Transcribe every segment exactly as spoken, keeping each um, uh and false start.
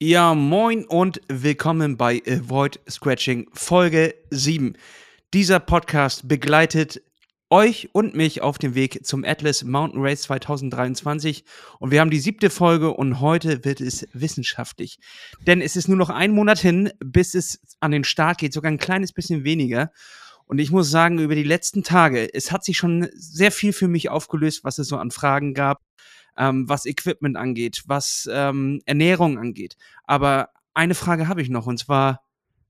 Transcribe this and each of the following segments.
Ja, moin und willkommen bei Avoid Scratching Folge sieben. Dieser Podcast begleitet euch und mich auf dem Weg zum Atlas Mountain Race zwanzig dreiundzwanzig und wir haben die siebte Folge und heute wird es wissenschaftlich. Denn es ist nur noch ein Monat hin, bis es an den Start geht, sogar ein kleines bisschen weniger. Und ich muss sagen, über die letzten Tage, es hat sich schon sehr viel für mich aufgelöst, was es so an Fragen gab. Ähm, was Equipment angeht, was ähm, Ernährung angeht. Aber eine Frage habe ich noch, und zwar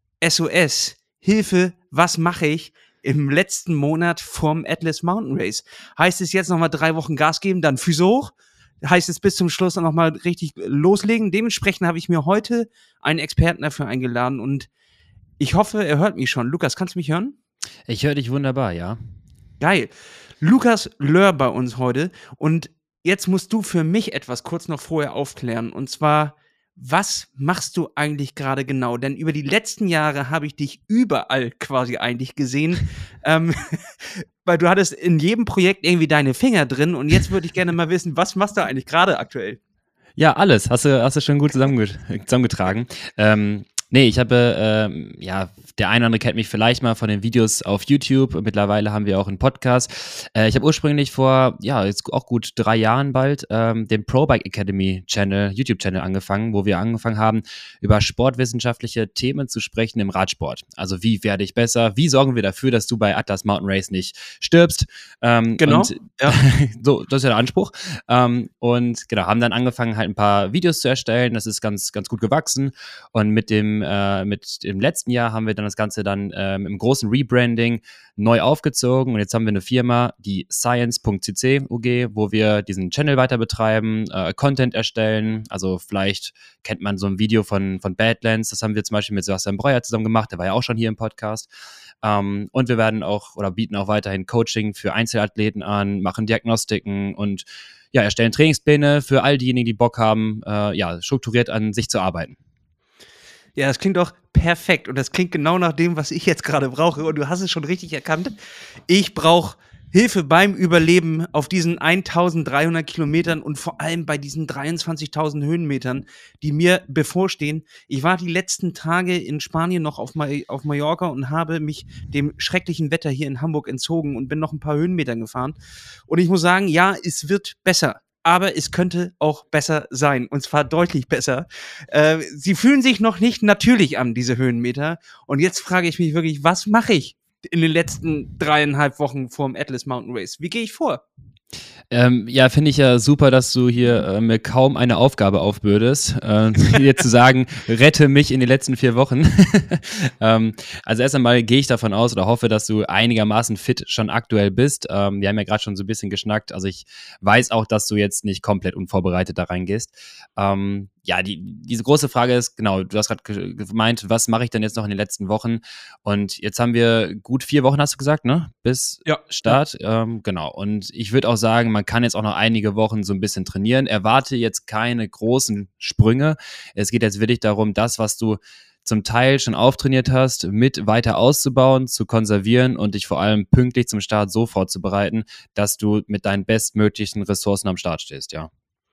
S O S, Hilfe, was mache ich im letzten Monat vorm Atlas Mountain Race? Heißt es jetzt nochmal drei Wochen Gas geben, dann Füße hoch? Heißt es bis zum Schluss dann nochmal richtig loslegen? Dementsprechend habe ich mir heute einen Experten dafür eingeladen und ich hoffe, er hört mich schon. Lukas, kannst du mich hören? Ich höre dich wunderbar, ja. Geil. Lukas Löhr bei uns heute und jetzt musst du für mich etwas kurz noch vorher aufklären. Und zwar, was machst du eigentlich gerade genau? Denn über die letzten Jahre habe ich dich überall quasi eigentlich gesehen. ähm, weil du hattest in jedem Projekt irgendwie deine Finger drin. Und jetzt würde ich gerne mal wissen, was machst du eigentlich gerade aktuell? Ja, alles. Hast du, hast du schon gut zusammenget zusammengetragen. Ähm, nee, ich habe, ähm, ja, der eine oder andere kennt mich vielleicht mal von den Videos auf YouTube. Mittlerweile haben wir auch einen Podcast. Äh, ich habe ursprünglich vor, ja, jetzt auch gut drei Jahren bald, ähm, den Pro Bike Academy Channel, YouTube-Channel angefangen, wo wir angefangen haben, über sportwissenschaftliche Themen zu sprechen im Radsport. Also wie werde ich besser? Wie sorgen wir dafür, dass du bei Atlas Mountain Race nicht stirbst? Ähm, Genau. Und Ja. so, das ist ja der Anspruch. Ähm, und genau, haben dann angefangen, halt ein paar Videos zu erstellen. Das ist ganz, ganz gut gewachsen. Und mit dem, äh, mit dem letzten Jahr haben wir dann das Ganze dann ähm, im großen Rebranding neu aufgezogen. Und jetzt haben wir eine Firma, die Science Punkt C C U G, wo wir diesen Channel weiter betreiben, äh, Content erstellen. Also vielleicht kennt man so ein Video von, von Badlands. Das haben wir zum Beispiel mit Sebastian Breuer zusammen gemacht. Der war ja auch schon hier im Podcast. Um, und wir werden auch oder bieten auch weiterhin Coaching für Einzelathleten an, machen Diagnostiken und ja, erstellen Trainingspläne für all diejenigen, die Bock haben, äh, ja, strukturiert an sich zu arbeiten. Ja, das klingt doch perfekt und das klingt genau nach dem, was ich jetzt gerade brauche und du hast es schon richtig erkannt. Ich brauche Hilfe beim Überleben auf diesen eintausenddreihundert Kilometern und vor allem bei diesen dreiundzwanzigtausend Höhenmetern, die mir bevorstehen. Ich war die letzten Tage in Spanien noch auf, Ma- auf Mallorca und habe mich dem schrecklichen Wetter hier in Hamburg entzogen und bin noch ein paar Höhenmeter gefahren. Und ich muss sagen, ja, es wird besser. Aber es könnte auch besser sein, und zwar deutlich besser. Äh, sie fühlen sich noch nicht natürlich an, diese Höhenmeter. Und jetzt frage ich mich wirklich, was mache ich in den letzten dreieinhalb Wochen vor dem Atlas Mountain Race? Wie gehe ich vor? Ähm, ja, finde ich ja super, dass du hier äh, mir kaum eine Aufgabe aufbürdest, äh, dir zu sagen, rette mich in den letzten vier Wochen. ähm, also erst einmal gehe ich davon aus oder hoffe, dass du einigermaßen fit schon aktuell bist. Ähm, wir haben ja gerade schon so ein bisschen geschnackt. Also ich weiß auch, dass du jetzt nicht komplett unvorbereitet da reingehst. Ähm, ja, die, diese große Frage ist, genau, du hast gerade gemeint, was mache ich denn jetzt noch in den letzten Wochen? Und jetzt haben wir gut vier Wochen, hast du gesagt, ne? Bis Ja, Start. Ja. Ähm, genau. Und ich würde auch sagen, man kann jetzt auch noch einige Wochen so ein bisschen trainieren. Erwarte jetzt keine großen Sprünge. Es geht jetzt wirklich darum, das, was du zum Teil schon auftrainiert hast, mit weiter auszubauen, zu konservieren und dich vor allem pünktlich zum Start so vorzubereiten, dass du mit deinen bestmöglichen Ressourcen am Start stehst, ja.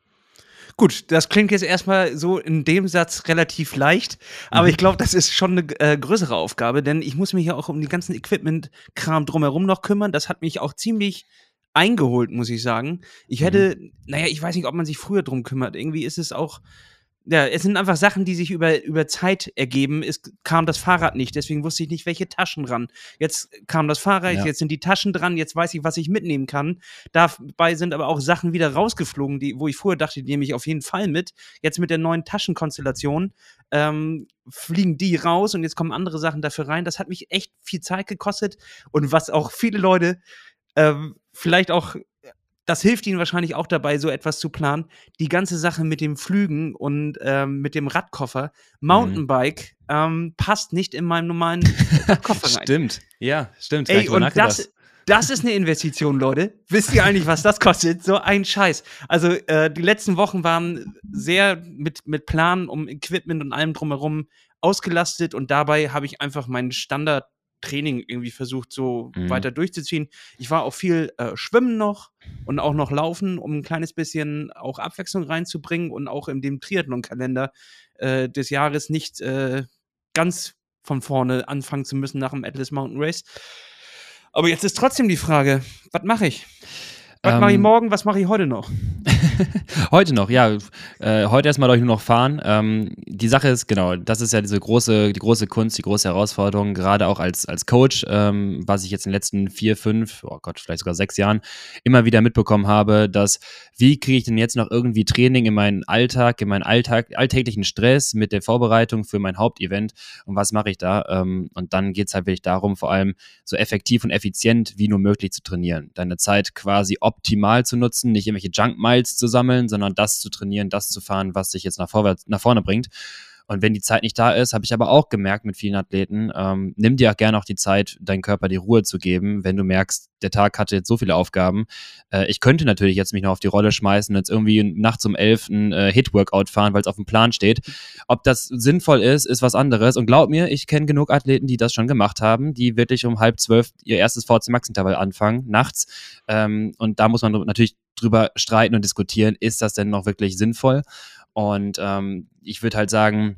Gut, das klingt jetzt erstmal so in dem Satz relativ leicht, aber Mhm. ich glaube, das ist schon eine äh, größere Aufgabe, denn ich muss mich ja auch um die ganzen Equipment-Kram drumherum noch kümmern. Das hat mich auch ziemlich eingeholt, muss ich sagen. Ich Mhm. hätte, naja, ich weiß nicht, ob man sich früher drum kümmert. Irgendwie ist es auch, ja, es sind einfach Sachen, die sich über, über Zeit ergeben. Es kam das Fahrrad nicht, deswegen wusste ich nicht, welche Taschen ran. Jetzt kam das Fahrrad, Ja. jetzt sind die Taschen dran, jetzt weiß ich, was ich mitnehmen kann. Dabei sind aber auch Sachen wieder rausgeflogen, die, wo ich vorher dachte, die nehme ich auf jeden Fall mit. Jetzt mit der neuen Taschenkonstellation ähm, fliegen die raus und jetzt kommen andere Sachen dafür rein. Das hat mich echt viel Zeit gekostet und was auch viele Leute ähm, vielleicht auch, das hilft ihnen wahrscheinlich auch dabei, so etwas zu planen. Die ganze Sache mit dem Flügen und ähm, mit dem Radkoffer, Mountainbike, ähm, passt nicht in meinen normalen Koffer rein. Stimmt, ja, stimmt. gar Ey, nicht drüber und nachgedacht. das, das ist eine Investition, Leute. Wisst ihr eigentlich, was das kostet? So ein Scheiß. Also, äh, die letzten Wochen waren sehr mit, mit Planen um Equipment und allem drumherum ausgelastet und dabei habe ich einfach meinen Standard Training irgendwie versucht, so Mhm. weiter durchzuziehen. Ich war auch viel äh, schwimmen noch und auch noch laufen, um ein kleines bisschen auch Abwechslung reinzubringen und auch in dem Triathlon-Kalender äh, des Jahres nicht äh, ganz von vorne anfangen zu müssen nach dem Atlas Mountain Race. Aber jetzt ist trotzdem die Frage, was mache ich? Was mache ich Ähm, morgen, was mache ich heute noch? Heute noch, ja. Äh, heute erstmal euch nur noch fahren. Ähm, die Sache ist, genau, das ist ja diese große, die große Kunst, die große Herausforderung, gerade auch als, als Coach, ähm, was ich jetzt in den letzten vier, fünf, oh Gott, vielleicht sogar sechs Jahren immer wieder mitbekommen habe, dass wie kriege ich denn jetzt noch irgendwie Training in meinen Alltag, in meinen Alltag, alltäglichen Stress mit der Vorbereitung für mein Hauptevent und was mache ich da? Ähm, und dann geht es halt wirklich darum, vor allem so effektiv und effizient wie nur möglich zu trainieren. Deine Zeit quasi optimal zu nutzen, nicht irgendwelche Junk Miles zu sammeln, sondern das zu trainieren, das zu fahren, was dich jetzt nach, vorwärts, nach vorne bringt. Und wenn die Zeit nicht da ist, habe ich aber auch gemerkt mit vielen Athleten, ähm, nimm dir auch gerne auch die Zeit, deinem Körper die Ruhe zu geben, wenn du merkst, der Tag hatte jetzt so viele Aufgaben. Äh, ich könnte natürlich jetzt mich noch auf die Rolle schmeißen und jetzt irgendwie nachts um elf ein äh, Hit-Workout fahren, weil es auf dem Plan steht. Ob das sinnvoll ist, ist was anderes. Und glaub mir, ich kenne genug Athleten, die das schon gemacht haben, die wirklich um halb zwölf ihr erstes V C Max-Intervall anfangen, nachts. Ähm, und da muss man natürlich drüber streiten und diskutieren, ist das denn noch wirklich sinnvoll? Und ähm, ich würde halt sagen,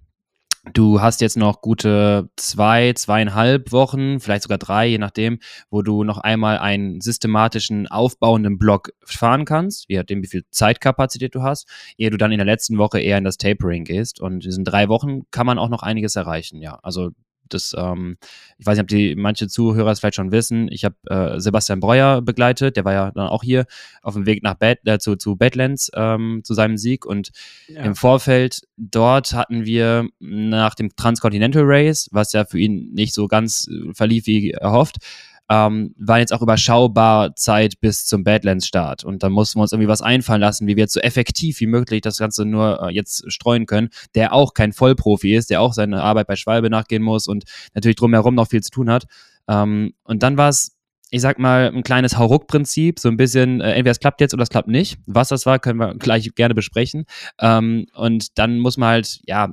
du hast jetzt noch gute zwei, zweieinhalb Wochen, vielleicht sogar drei, je nachdem, wo du noch einmal einen systematischen, aufbauenden Block fahren kannst, je nachdem, wie viel Zeitkapazität du hast, ehe du dann in der letzten Woche eher in das Tapering gehst. Und in diesen drei Wochen kann man auch noch einiges erreichen, ja. Also das, ähm, ich weiß nicht, ob die manche Zuhörer es vielleicht schon wissen. Ich habe äh, Sebastian Breuer begleitet, der war ja dann auch hier auf dem Weg nach Bad, äh, zu, zu Badlands ähm, zu seinem Sieg und ja. Im Vorfeld dort hatten wir nach dem Transcontinental Race, was ja für ihn nicht so ganz äh, verlief wie erhofft, Ähm, waren jetzt auch überschaubar Zeit bis zum Badlands-Start. Und da mussten wir uns irgendwie was einfallen lassen, wie wir jetzt so effektiv wie möglich das Ganze nur äh, jetzt streuen können, der auch kein Vollprofi ist, der auch seine Arbeit bei Schwalbe nachgehen muss und natürlich drumherum noch viel zu tun hat. Ähm, und dann war es, ich sag mal, ein kleines Hauruck-Prinzip, so ein bisschen, äh, entweder es klappt jetzt oder es klappt nicht. Was das war, können wir gleich gerne besprechen. Ähm, und dann muss man halt, ja,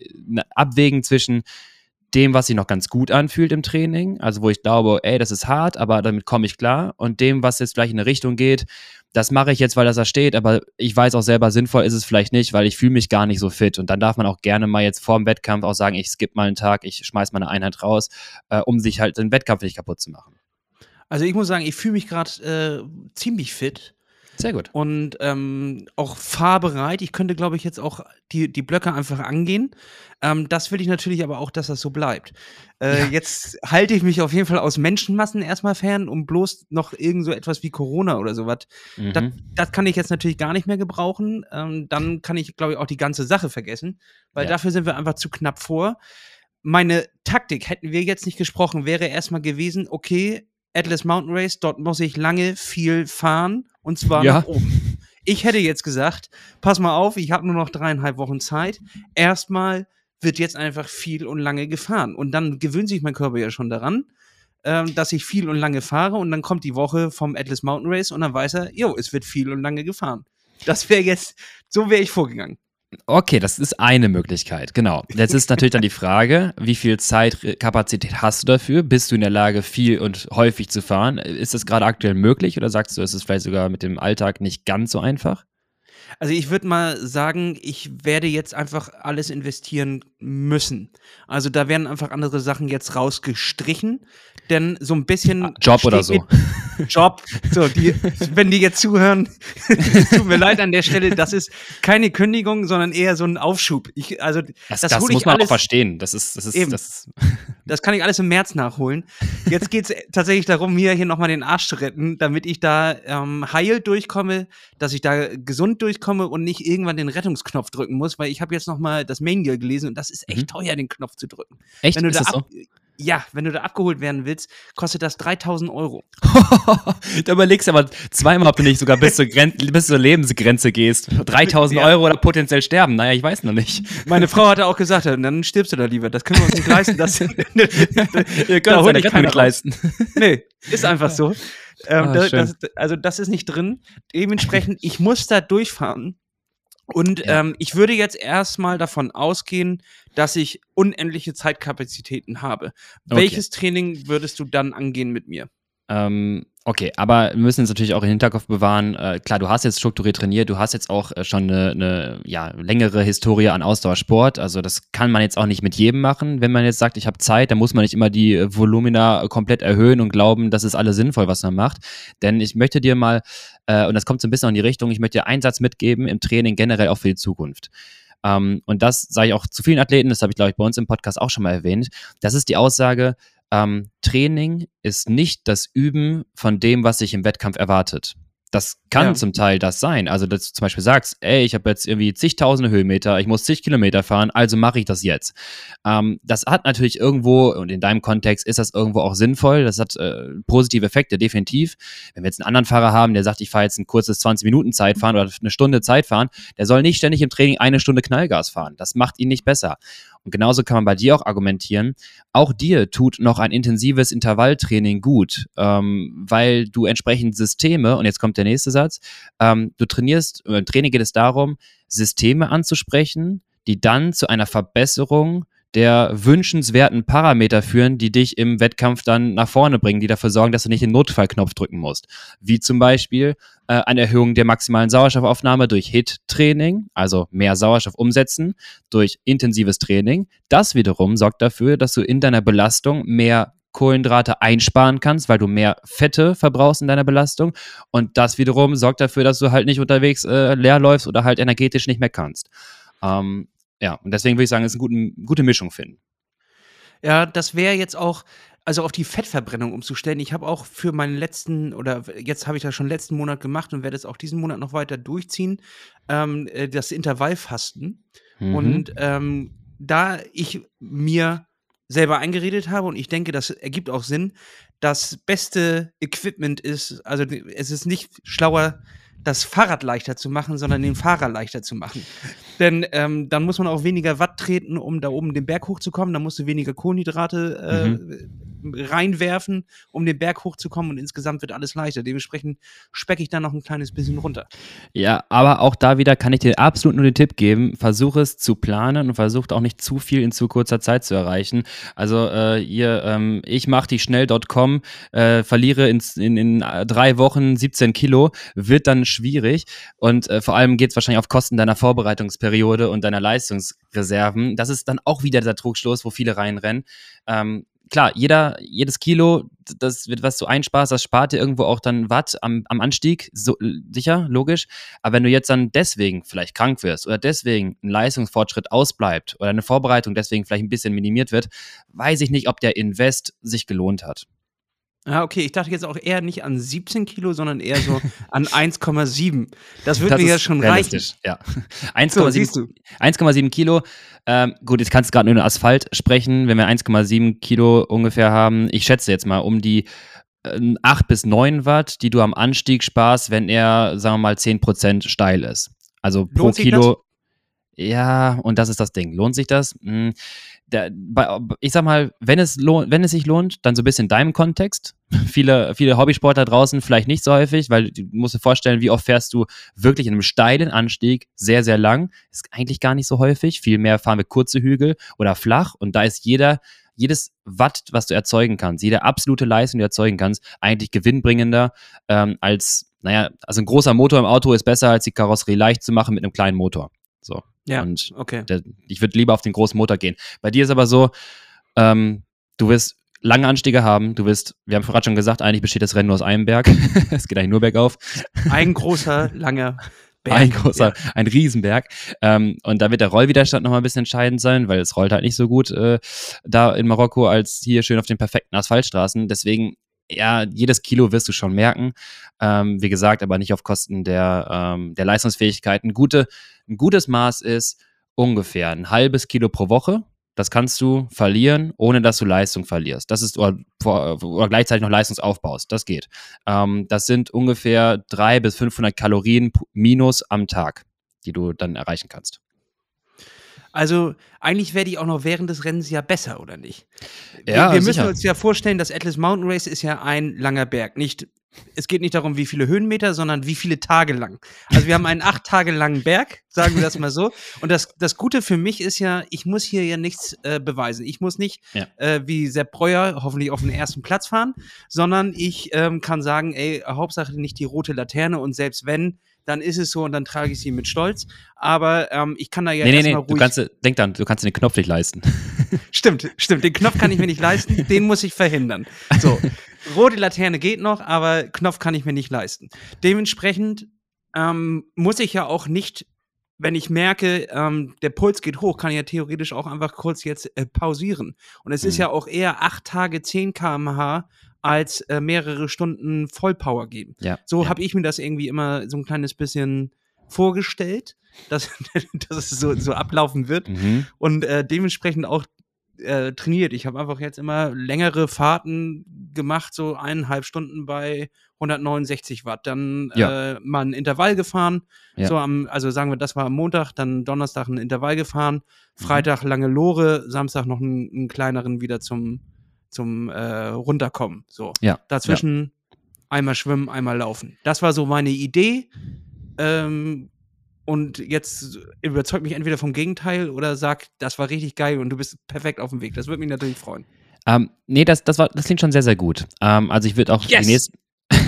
abwägen zwischen dem, was sich noch ganz gut anfühlt im Training, also wo ich glaube, ey, das ist hart, aber damit komme ich klar, und dem, was jetzt vielleicht in eine Richtung geht, das mache ich jetzt, weil das da steht, aber ich weiß auch selber, sinnvoll ist es vielleicht nicht, weil ich fühle mich gar nicht so fit, und dann darf man auch gerne mal jetzt vor dem Wettkampf auch sagen, ich skippe mal einen Tag, ich schmeiß mal eine Einheit raus, äh, um sich halt den Wettkampf nicht kaputt zu machen. Also ich muss sagen, ich fühle mich gerade äh, ziemlich fit. Sehr gut. Und ähm, auch fahrbereit. Ich könnte, glaube ich, jetzt auch die, die Blöcke einfach angehen. Ähm, das will ich natürlich aber auch, dass das so bleibt. Äh, ja. Jetzt halte ich mich auf jeden Fall aus Menschenmassen erstmal fern, um bloß noch irgend so etwas wie Corona oder sowas. Mhm. Das, das kann ich jetzt natürlich gar nicht mehr gebrauchen. Ähm, dann kann ich, glaube ich, auch die ganze Sache vergessen, weil ja. dafür sind wir einfach zu knapp vor. Meine Taktik, hätten wir jetzt nicht gesprochen, wäre erstmal gewesen, okay, Atlas Mountain Race, dort muss ich lange viel fahren, und zwar ja. nach oben. Ich hätte jetzt gesagt, pass mal auf, ich habe nur noch dreieinhalb Wochen Zeit. Erstmal wird jetzt einfach viel und lange gefahren. Und dann gewöhnt sich mein Körper ja schon daran, ähm, dass ich viel und lange fahre, und dann kommt die Woche vom Atlas Mountain Race und dann weiß er, jo, es wird viel und lange gefahren. Das wäre jetzt, so wäre ich vorgegangen. Okay, das ist eine Möglichkeit, genau. Jetzt ist natürlich dann die Frage, wie viel Zeitkapazität hast du dafür? Bist du in der Lage, viel und häufig zu fahren? Ist das gerade aktuell möglich, oder sagst du, ist es vielleicht sogar mit dem Alltag nicht ganz so einfach? Also ich würde mal sagen, ich werde jetzt einfach alles investieren müssen. Also da werden einfach andere Sachen jetzt rausgestrichen, denn so ein bisschen Job oder so. Job, so, die, wenn die jetzt zuhören, es tut mir leid an der Stelle, das ist keine Kündigung, sondern eher so ein Aufschub. Ich, also das, das, das muss ich man alles, auch verstehen. Das ist, das ist, eben, das, das kann ich alles im März nachholen. Jetzt geht es tatsächlich darum, mir hier nochmal den Arsch zu retten, damit ich da ähm, heil durchkomme, dass ich da gesund durchkomme und nicht irgendwann den Rettungsknopf drücken muss, weil ich habe jetzt nochmal das Main Gear gelesen und das ist echt mhm. teuer, den Knopf zu drücken. Echt? Wenn du ist da das ab, so? Ja, wenn du da abgeholt werden willst, kostet das dreitausend Euro. Da überlegst du aber zweimal, ob du nicht sogar bis zur, Gren- bis zur Lebensgrenze gehst. dreitausend ja. Euro oder potenziell sterben. Naja, ich weiß noch nicht. Meine Frau hatte auch gesagt, dann stirbst du da lieber. Das können wir uns nicht leisten. Das, Ihr könnt uns deine Rettung nicht leisten. Nee, ist einfach so. Ähm, ah, da, das, also das ist nicht drin. Dementsprechend, ich muss da durchfahren. Und Ja. ähm, ich würde jetzt erstmal davon ausgehen, dass ich unendliche Zeitkapazitäten habe. Okay. Welches Training würdest du dann angehen mit mir? Ähm, okay, aber wir müssen jetzt natürlich auch im Hinterkopf bewahren, äh, klar, du hast jetzt strukturiert trainiert, du hast jetzt auch äh, schon eine, eine ja, längere Historie an Ausdauersport, also das kann man jetzt auch nicht mit jedem machen. Wenn man jetzt sagt, ich habe Zeit, dann muss man nicht immer die äh, Volumina komplett erhöhen und glauben, das ist alles sinnvoll, was man macht. Denn ich möchte dir mal, äh, und das kommt so ein bisschen in die Richtung, ich möchte dir einen Satz mitgeben im Training generell auch für die Zukunft. Ähm, und das sage ich auch zu vielen Athleten, das habe ich, glaube ich, bei uns im Podcast auch schon mal erwähnt. Das ist die Aussage, ähm, Training ist nicht das Üben von dem, was sich im Wettkampf erwartet. Das kann Ja. zum Teil das sein. Also, dass du zum Beispiel sagst, ey, ich habe jetzt irgendwie zigtausende Höhenmeter, ich muss zig Kilometer fahren, also mache ich das jetzt. Ähm, das hat natürlich irgendwo, und in deinem Kontext ist das irgendwo auch sinnvoll, das hat äh, positive Effekte, definitiv. Wenn wir jetzt einen anderen Fahrer haben, der sagt, ich fahre jetzt ein kurzes zwanzig Minuten Zeitfahren oder eine Stunde Zeitfahren, der soll nicht ständig im Training eine Stunde Knallgas fahren. Das macht ihn nicht besser. Und genauso kann man bei dir auch argumentieren, auch dir tut noch ein intensives Intervalltraining gut, ähm, weil du entsprechend Systeme, und jetzt kommt der nächste Satz, ähm, du trainierst, im Training geht es darum, Systeme anzusprechen, die dann zu einer Verbesserung der wünschenswerten Parameter führen, die dich im Wettkampf dann nach vorne bringen, die dafür sorgen, dass du nicht den Notfallknopf drücken musst. Wie zum Beispiel äh, eine Erhöhung der maximalen Sauerstoffaufnahme durch H I I T-Training, also mehr Sauerstoff umsetzen, durch intensives Training. Das wiederum sorgt dafür, dass du in deiner Belastung mehr Kohlenhydrate einsparen kannst, weil du mehr Fette verbrauchst in deiner Belastung. Und das wiederum sorgt dafür, dass du halt nicht unterwegs äh, leer läufst oder halt energetisch nicht mehr kannst. Ähm, ja, und deswegen würde ich sagen, es ist eine gute, gute Mischung finden. Ja, das wäre jetzt auch, also auf die Fettverbrennung umzustellen. Ich habe auch für meinen letzten, oder jetzt habe ich das schon letzten Monat gemacht und werde es auch diesen Monat noch weiter durchziehen, ähm, äh, das Intervallfasten. Mhm. Und ähm, da ich mir selber eingeredet habe und ich denke, das ergibt auch Sinn, das beste Equipment ist, also es ist nicht schlauer, das Fahrrad leichter zu machen, sondern den Fahrer leichter zu machen. Denn ähm, dann muss man auch weniger Watt treten, um da oben den Berg hochzukommen. Dann musst du weniger Kohlenhydrate äh, Mhm. reinwerfen, um den Berg hochzukommen. Und insgesamt wird alles leichter. Dementsprechend specke ich da noch ein kleines bisschen runter. Ja, aber auch da wieder kann ich dir absolut nur den Tipp geben, versuch es zu planen und versuch auch nicht zu viel in zu kurzer Zeit zu erreichen. Also äh, ihr, ähm, ich mach die schnell Punkt com, äh, verliere in, in, in drei Wochen siebzehn Kilo, wird dann schwierig und äh, vor allem geht es wahrscheinlich auf Kosten deiner Vorbereitungsperiode und deiner Leistungsreserven. Das ist dann auch wieder der Trugschluss, wo viele reinrennen. Ähm, Klar, jeder, jedes Kilo, das wird, was du einsparst, das spart dir irgendwo auch dann Watt am, am Anstieg, so, sicher, logisch. Aber wenn du jetzt dann deswegen vielleicht krank wirst oder deswegen ein Leistungsfortschritt ausbleibt oder eine Vorbereitung deswegen vielleicht ein bisschen minimiert wird, weiß ich nicht, ob der Invest sich gelohnt hat. Ah, okay. Ich dachte jetzt auch eher nicht an siebzehn Kilo, sondern eher so an eins Komma sieben. Das würde Das mir ja ist schon realistisch, reichen. ja. So, siehst du. eins Komma sieben Kilo. Ähm, gut, jetzt kannst du gerade nur über Asphalt sprechen, wenn wir eins Komma sieben Kilo ungefähr haben. Ich schätze jetzt mal um die äh, acht bis neun Watt, die du am Anstieg sparst, wenn er, sagen wir mal, zehn Prozent steil ist. Also pro Lohnt sich Kilo. Ja, und das ist das Ding. Lohnt sich das? Hm, der, bei, ich sag mal, wenn es, lohnt, wenn es sich lohnt, dann so ein bisschen in deinem Kontext. Viele, viele Hobbysportler draußen vielleicht nicht so häufig, weil du musst dir vorstellen, wie oft fährst du wirklich in einem steilen Anstieg sehr, sehr lang. Ist eigentlich gar nicht so häufig. Vielmehr fahren wir kurze Hügel oder flach und da ist jeder, jedes Watt, was du erzeugen kannst, jede absolute Leistung, die du erzeugen kannst, eigentlich gewinnbringender ähm, als, naja, also ein großer Motor im Auto ist besser, als die Karosserie leicht zu machen mit einem kleinen Motor. So. Ja, und okay. der, ich würde lieber auf den großen Motor gehen. Bei dir ist aber so, ähm, du wirst lange Anstiege haben, du wirst, wir haben vorhin schon gesagt, eigentlich besteht das Rennen nur aus einem Berg. Es geht eigentlich nur bergauf. Ein großer, langer Berg. Ein großer, Ja. ein Riesenberg. Ähm, und da wird der Rollwiderstand nochmal ein bisschen entscheidend sein, weil es rollt halt nicht so gut äh, da in Marokko als hier schön auf den perfekten Asphaltstraßen. Deswegen, ja, jedes Kilo wirst du schon merken. Ähm, wie gesagt, aber nicht auf Kosten der, ähm, der Leistungsfähigkeit. Ein, gute, ein gutes Maß ist ungefähr ein halbes Kilo pro Woche. Das kannst du verlieren, ohne dass du Leistung verlierst. Das ist, oder, oder gleichzeitig noch Leistung aufbaust. Das geht. Ähm, das sind ungefähr dreihundert bis fünfhundert Kalorien minus am Tag, die du dann erreichen kannst. Also eigentlich werde ich auch noch während des Rennens ja besser, oder nicht? Ja, wir, wir müssen sicher. uns ja vorstellen, das Atlas Mountain Race ist ja ein langer Berg. Nicht es geht nicht darum, wie viele Höhenmeter, sondern wie viele Tage lang. Also wir haben einen acht Tage langen Berg, sagen wir das mal so. Und das, das Gute für mich ist ja, ich muss hier ja nichts äh, beweisen. Ich muss nicht Ja. äh, wie Sepp Breuer hoffentlich auf den ersten Platz fahren, sondern ich ähm, kann sagen, ey, Hauptsache nicht die rote Laterne und selbst wenn, dann ist es so und dann trage ich sie mit Stolz. Aber ähm, ich kann da ja Nee, nee, erstmal nee, ruhig... du kannst, denk dann, du kannst den Knopf nicht leisten. Stimmt, stimmt. Den Knopf kann ich mir nicht leisten, den muss ich verhindern. So, rote Laterne geht noch, aber Knopf kann ich mir nicht leisten. Dementsprechend ähm, muss ich ja auch nicht, wenn ich merke, ähm, der Puls geht hoch, kann ich ja theoretisch auch einfach kurz jetzt äh, pausieren. Und es Mhm. ist ja auch eher acht Tage zehn Kilometer pro Stunde als äh, mehrere Stunden Vollpower geben. Ja, So ja. habe ich mir das irgendwie immer so ein kleines bisschen vorgestellt, dass, dass es so, so ablaufen wird. Mhm. Und äh, dementsprechend auch äh, trainiert. Ich habe einfach jetzt immer längere Fahrten gemacht, so eineinhalb Stunden bei hundertneunundsechzig Watt. Dann Ja. äh, mal ein Intervall gefahren. Ja. So am, also sagen wir, das war am Montag, dann Donnerstag ein Intervall gefahren, Freitag lange Lore, Samstag noch einen, einen kleineren wieder zum, zum äh, Runterkommen. So. Ja. Dazwischen einmal schwimmen, einmal laufen. Das war so meine Idee. Ähm, Und jetzt überzeugt mich entweder vom Gegenteil oder sagt, das war richtig geil und du bist perfekt auf dem Weg. Das würde mich natürlich freuen. Ähm, nee, das, das, war, das klingt schon sehr, sehr gut. Ähm, also ich würde auch Yes! die nächsten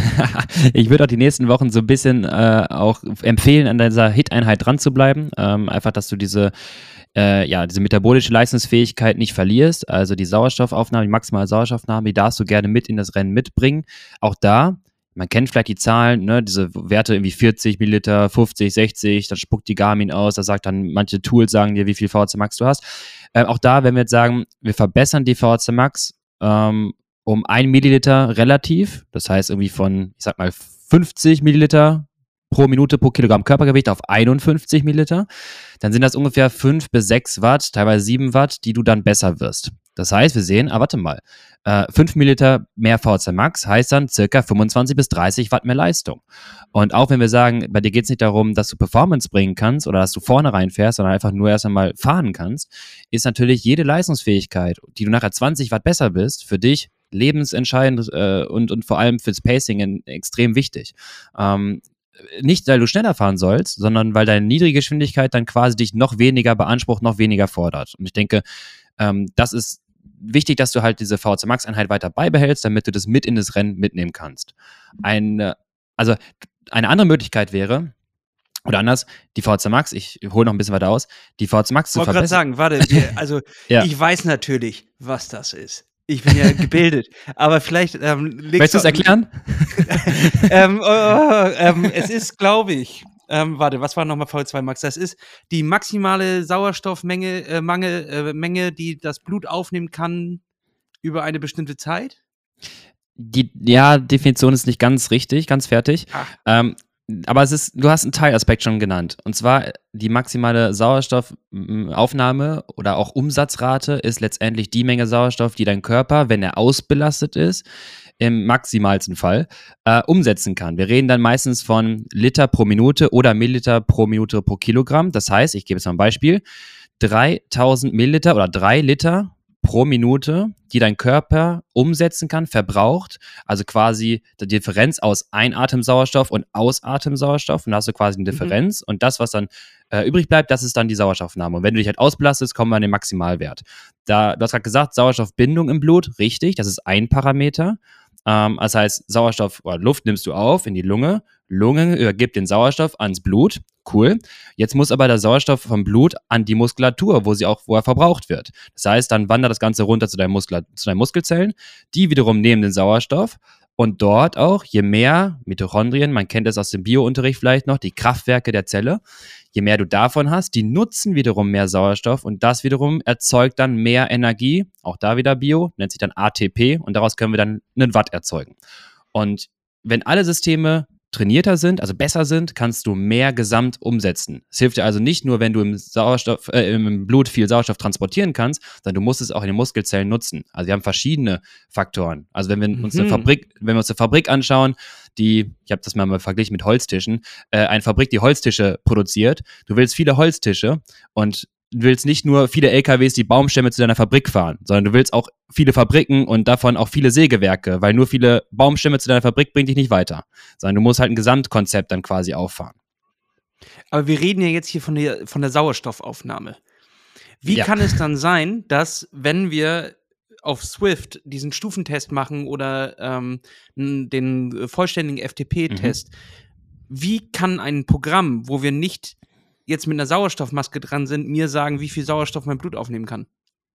ich würde auch die nächsten Wochen so ein bisschen äh, auch empfehlen, an dieser Hit-Einheit dran zu bleiben. Ähm, einfach, dass du diese, äh, ja, diese metabolische Leistungsfähigkeit nicht verlierst. Also die Sauerstoffaufnahme, die maximale Sauerstoffaufnahme, die darfst du gerne mit in das Rennen mitbringen. Auch da, man kennt vielleicht die Zahlen, ne, diese Werte irgendwie vierzig Milliliter, fünfzig, sechzig, dann spuckt die Garmin aus, da sagt dann, manche Tools sagen dir, wie viel V H C Max du hast. Äh, auch da, wenn wir jetzt sagen, wir verbessern die V H C Max ähm, um ein Milliliter relativ, das heißt irgendwie von, ich sag mal, fünfzig Milliliter pro Minute pro Kilogramm Körpergewicht auf einundfünfzig Milliliter, dann sind das ungefähr fünf bis sechs Watt, teilweise sieben Watt, die du dann besser wirst. Das heißt, wir sehen, ah, warte mal, äh, fünf Milliliter mehr V H C Max heißt dann circa fünfundzwanzig bis dreißig Watt mehr Leistung. Und auch wenn wir sagen, bei dir geht es nicht darum, dass du Performance bringen kannst oder dass du vorne reinfährst, sondern einfach nur erst einmal fahren kannst, ist natürlich jede Leistungsfähigkeit, die du nachher zwanzig Watt besser bist, für dich lebensentscheidend äh, und, und vor allem fürs Pacing in, extrem wichtig. Ähm, nicht, weil du schneller fahren sollst, sondern weil deine niedrige Geschwindigkeit dann quasi dich noch weniger beansprucht, noch weniger fordert. Und ich denke, ähm, das ist wichtig, dass du halt diese V H C Max-Einheit weiter beibehältst, damit du das mit in das Rennen mitnehmen kannst. Eine, also eine andere Möglichkeit wäre, oder anders, die V H C Max, ich hole noch ein bisschen weiter aus, die V H C Max zu verbessern. Ich wollte gerade sagen, warte, wir, also ja. ich weiß natürlich, was das ist. Ich bin ja gebildet, aber vielleicht ähm, Möchtest du es erklären? ähm, oh, ähm, es ist, glaube ich, ähm, warte, was war nochmal V H C Max? Das ist die maximale Sauerstoffmenge, äh, Mangel, äh, Menge, die das Blut aufnehmen kann über eine bestimmte Zeit. Die ja, Definition ist nicht ganz richtig, ganz fertig. Ähm, aber es ist, du hast einen Teilaspekt schon genannt. Und zwar die maximale Sauerstoffaufnahme oder auch Umsatzrate ist letztendlich die Menge Sauerstoff, die dein Körper, wenn er ausbelastet ist, im maximalsten Fall äh, umsetzen kann. Wir reden dann meistens von Liter pro Minute oder Milliliter pro Minute pro Kilogramm. Das heißt, ich gebe jetzt mal ein Beispiel, dreitausend Milliliter oder drei Liter pro Minute, die dein Körper umsetzen kann, verbraucht, also quasi die Differenz aus Einatemsauerstoff und Ausatemsauerstoff, und da hast du quasi eine Differenz mhm. und das, was dann äh, übrig bleibt, das ist dann die Sauerstoffnahme. Und wenn du dich halt ausbelastest, kommen wir an den Maximalwert. Da, du hast gerade gesagt, Sauerstoffbindung im Blut, richtig, das ist ein Parameter. Ähm, das heißt, Sauerstoff oder Luft nimmst du auf in die Lunge, Lunge übergibt den Sauerstoff ans Blut, cool. Jetzt muss aber der Sauerstoff vom Blut an die Muskulatur, wo sie auch, wo er verbraucht wird. Das heißt, dann wandert das Ganze runter zu deinen, Muskula- zu deinen Muskelzellen, die wiederum nehmen den Sauerstoff und dort auch, je mehr Mitochondrien, man kennt das aus dem Biounterricht vielleicht noch, die Kraftwerke der Zelle, je mehr du davon hast, die nutzen wiederum mehr Sauerstoff und das wiederum erzeugt dann mehr Energie, auch da wieder Bio, nennt sich dann A T P und daraus können wir dann einen Watt erzeugen. Und wenn alle Systeme trainierter sind, also besser sind, kannst du mehr gesamt umsetzen. Es hilft dir also nicht nur, wenn du im Sauerstoff, äh, im Blut viel Sauerstoff transportieren kannst, sondern du musst es auch in den Muskelzellen nutzen. Also wir haben verschiedene Faktoren. Also wenn wir mhm. uns eine Fabrik, wenn wir uns eine Fabrik anschauen, die, ich habe das mal, mal verglichen mit Holztischen, äh, eine Fabrik, die Holztische produziert, du willst viele Holztische und du willst nicht nur viele L K Ws, die Baumstämme zu deiner Fabrik fahren, sondern du willst auch viele Fabriken und davon auch viele Sägewerke, weil nur viele Baumstämme zu deiner Fabrik bringt dich nicht weiter, sondern du musst halt ein Gesamtkonzept dann quasi auffahren. Aber wir reden ja jetzt hier von der, von der Sauerstoffaufnahme. Wie Ja. kann es dann sein, dass, wenn wir auf Swift diesen Stufentest machen oder ähm, n- den vollständigen F T P-Test, wie kann ein Programm, wo wir nicht jetzt mit einer Sauerstoffmaske dran sind, mir sagen, wie viel Sauerstoff mein Blut aufnehmen kann?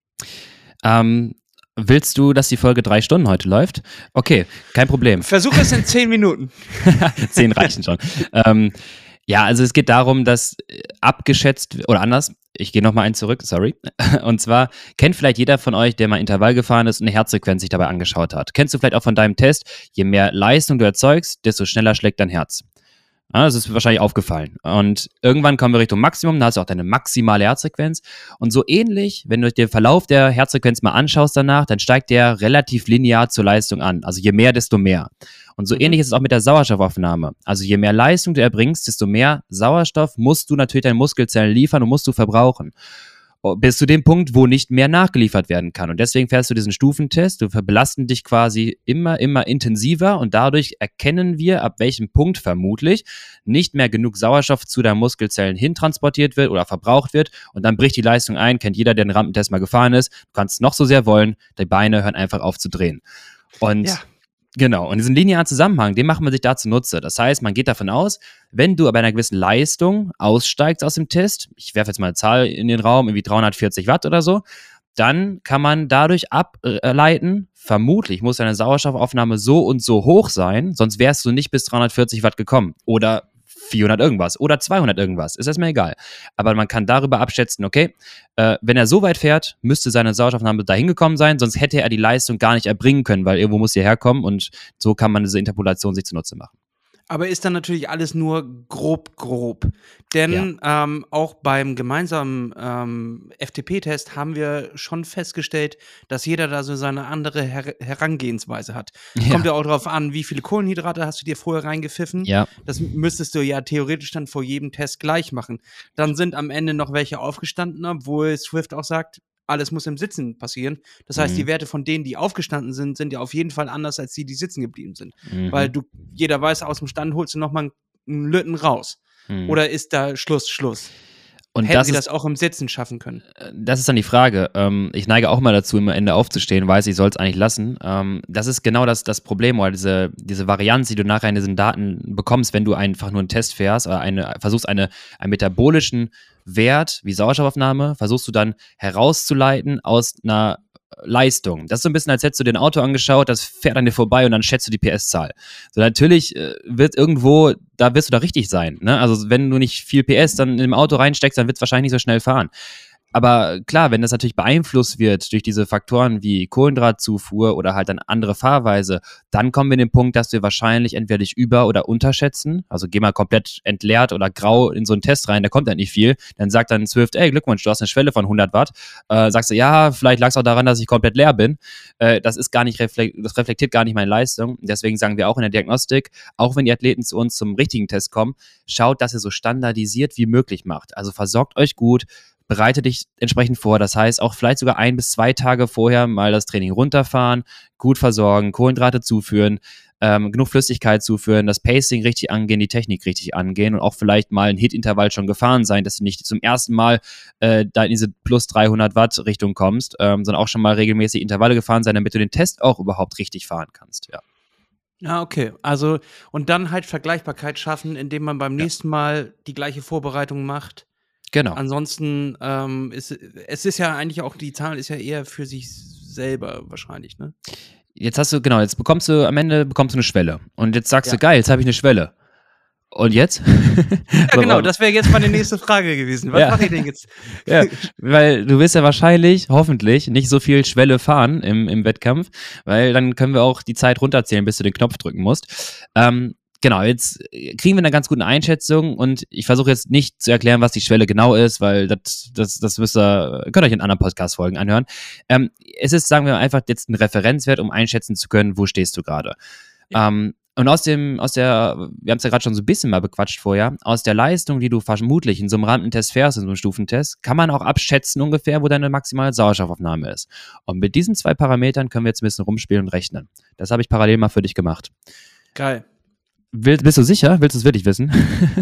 Ähm, willst du, dass die Folge drei Stunden heute läuft? Okay, kein Problem. Versuch es in zehn Minuten. Zehn reichen schon. ähm, ja, also es geht darum, dass äh, abgeschätzt, oder anders, ich gehe nochmal einen zurück, sorry. Und zwar kennt vielleicht jeder von euch, der mal Intervall gefahren ist und eine Herzfrequenz sich dabei angeschaut hat. Kennst du vielleicht auch von deinem Test, je mehr Leistung du erzeugst, desto schneller schlägt dein Herz. Ja, das ist wahrscheinlich aufgefallen. Und irgendwann kommen wir Richtung Maximum, da hast du auch deine maximale Herzfrequenz. Und so ähnlich, wenn du dir den Verlauf der Herzfrequenz mal anschaust danach, dann steigt der relativ linear zur Leistung an. Also je mehr, desto mehr. Und so Mhm. ähnlich ist es auch mit der Sauerstoffaufnahme. Also je mehr Leistung du erbringst, desto mehr Sauerstoff musst du natürlich deinen Muskelzellen liefern und musst du verbrauchen. Bis zu dem Punkt, wo nicht mehr nachgeliefert werden kann. Und deswegen fährst du diesen Stufentest, du belasten dich quasi immer, immer intensiver und dadurch erkennen wir, ab welchem Punkt vermutlich nicht mehr genug Sauerstoff zu deinen Muskelzellen hintransportiert wird oder verbraucht wird und dann bricht die Leistung ein, kennt jeder, der den Rampentest mal gefahren ist, du kannst noch so sehr wollen, die Beine hören einfach auf zu drehen. Und Ja. Genau, und diesen linearen Zusammenhang, den macht man sich da zunutze. Das heißt, man geht davon aus, wenn du bei einer gewissen Leistung aussteigst aus dem Test, ich werfe jetzt mal eine Zahl in den Raum, irgendwie dreihundertvierzig Watt oder so, dann kann man dadurch ableiten, vermutlich muss deine Sauerstoffaufnahme so und so hoch sein, sonst wärst du nicht bis dreihundertvierzig Watt gekommen. Oder vierhundert irgendwas oder zweihundert irgendwas, ist erstmal egal. Aber man kann darüber abschätzen, okay, äh, wenn er so weit fährt, müsste seine Sauerstoffaufnahme dahin gekommen sein, sonst hätte er die Leistung gar nicht erbringen können, weil irgendwo muss sie herkommen und so kann man diese Interpolation sich zunutze machen. Aber ist dann natürlich alles nur grob, grob. Denn ähm, auch beim gemeinsamen ähm, F T P-Test haben wir schon festgestellt, dass jeder da so seine andere Her Herangehensweise hat. Ja. Kommt ja auch darauf an, wie viele Kohlenhydrate hast du dir vorher reingepfiffen. Ja. Das müsstest du ja theoretisch dann vor jedem Test gleich machen. Dann sind am Ende noch welche aufgestanden, obwohl Swift auch sagt, alles muss im Sitzen passieren. Das heißt, Mhm. die Werte von denen, die aufgestanden sind, sind ja auf jeden Fall anders als die, die sitzen geblieben sind. Mhm. Weil du, jeder weiß, aus dem Stand holst du nochmal einen Lütten raus. Mhm. Oder ist da Schluss, Schluss? Und Hätten das sie ist, das auch im Sitzen schaffen können? das ist dann die Frage. Ähm, ich neige auch mal dazu, am Ende aufzustehen, weiß, ich soll es eigentlich lassen. Ähm, das ist genau das, das Problem oder diese, diese Varianz, die du nachher in diesen Daten bekommst, wenn du einfach nur einen Test fährst oder eine, versuchst, eine, einen metabolischen Wert wie Sauerstoffaufnahme, versuchst du dann herauszuleiten aus einer Leistung. Das ist so ein bisschen, als hättest du dir ein Auto angeschaut, das fährt an dir vorbei und dann schätzt du die P S-Zahl. So, natürlich äh, wird irgendwo, da wirst du da richtig sein. Ne? Also wenn du nicht viel P S dann in dem Auto reinsteckst, dann wird es wahrscheinlich nicht so schnell fahren. Aber klar, wenn das natürlich beeinflusst wird durch diese Faktoren wie Kohlenhydratzufuhr oder halt dann andere Fahrweise, dann kommen wir in den Punkt, dass wir wahrscheinlich entweder dich über- oder unterschätzen. Also geh mal komplett entleert oder grau in so einen Test rein, da kommt halt nicht viel. Dann sagt dann Swift, ey, Glückwunsch, du hast eine Schwelle von hundert Watt. Äh, sagst du, ja, vielleicht lag es auch daran, dass ich komplett leer bin. Äh, das ist gar nicht reflekt- das reflektiert gar nicht meine Leistung. Deswegen sagen wir auch in der Diagnostik, auch wenn die Athleten zu uns zum richtigen Test kommen, schaut, dass ihr so standardisiert wie möglich macht. Also versorgt euch gut, bereite dich entsprechend vor. Das heißt, auch vielleicht sogar ein bis zwei Tage vorher mal das Training runterfahren, gut versorgen, Kohlenhydrate zuführen, ähm, genug Flüssigkeit zuführen, das Pacing richtig angehen, die Technik richtig angehen und auch vielleicht mal ein Hit-Intervall schon gefahren sein, dass du nicht zum ersten Mal äh, da in diese plus dreihundert Watt Richtung kommst, ähm, sondern auch schon mal regelmäßig Intervalle gefahren sein, damit du den Test auch überhaupt richtig fahren kannst. Ja. Ja, okay. Also, und dann halt Vergleichbarkeit schaffen, indem man beim Ja. nächsten Mal die gleiche Vorbereitung macht. Genau. Ansonsten, ähm, ist, es ist ja eigentlich auch, die Zahl ist ja eher für sich selber wahrscheinlich, ne? Jetzt hast du, genau, jetzt bekommst du, am Ende bekommst du eine Schwelle. Und jetzt sagst Ja. du, geil, jetzt habe ich eine Schwelle. Und jetzt? Ja, genau, das wäre jetzt meine nächste Frage gewesen. Was Ja. mache ich denn jetzt? Ja, weil du wirst ja wahrscheinlich, hoffentlich, nicht so viel Schwelle fahren im, im Wettkampf, weil dann können wir auch die Zeit runterzählen, bis du den Knopf drücken musst. Ähm, genau, jetzt kriegen wir eine ganz gute Einschätzung und ich versuche jetzt nicht zu erklären, was die Schwelle genau ist, weil das, das, das müsst ihr, könnt ihr euch in anderen Podcast-Folgen anhören. Ähm, es ist, sagen wir einfach, jetzt ein Referenzwert, um einschätzen zu können, wo stehst du gerade. Ja. Ähm, Und aus dem, aus der, wir haben es ja gerade schon so ein bisschen mal bequatscht vorher, aus der Leistung, die du vermutlich in so einem Rampentest fährst, in so einem Stufentest, kann man auch abschätzen ungefähr, wo deine maximale Sauerstoffaufnahme ist. Und mit diesen zwei Parametern können wir jetzt ein bisschen rumspielen und rechnen. Das habe ich parallel mal für dich gemacht. Geil. Will, bist du sicher? Willst du es wirklich wissen?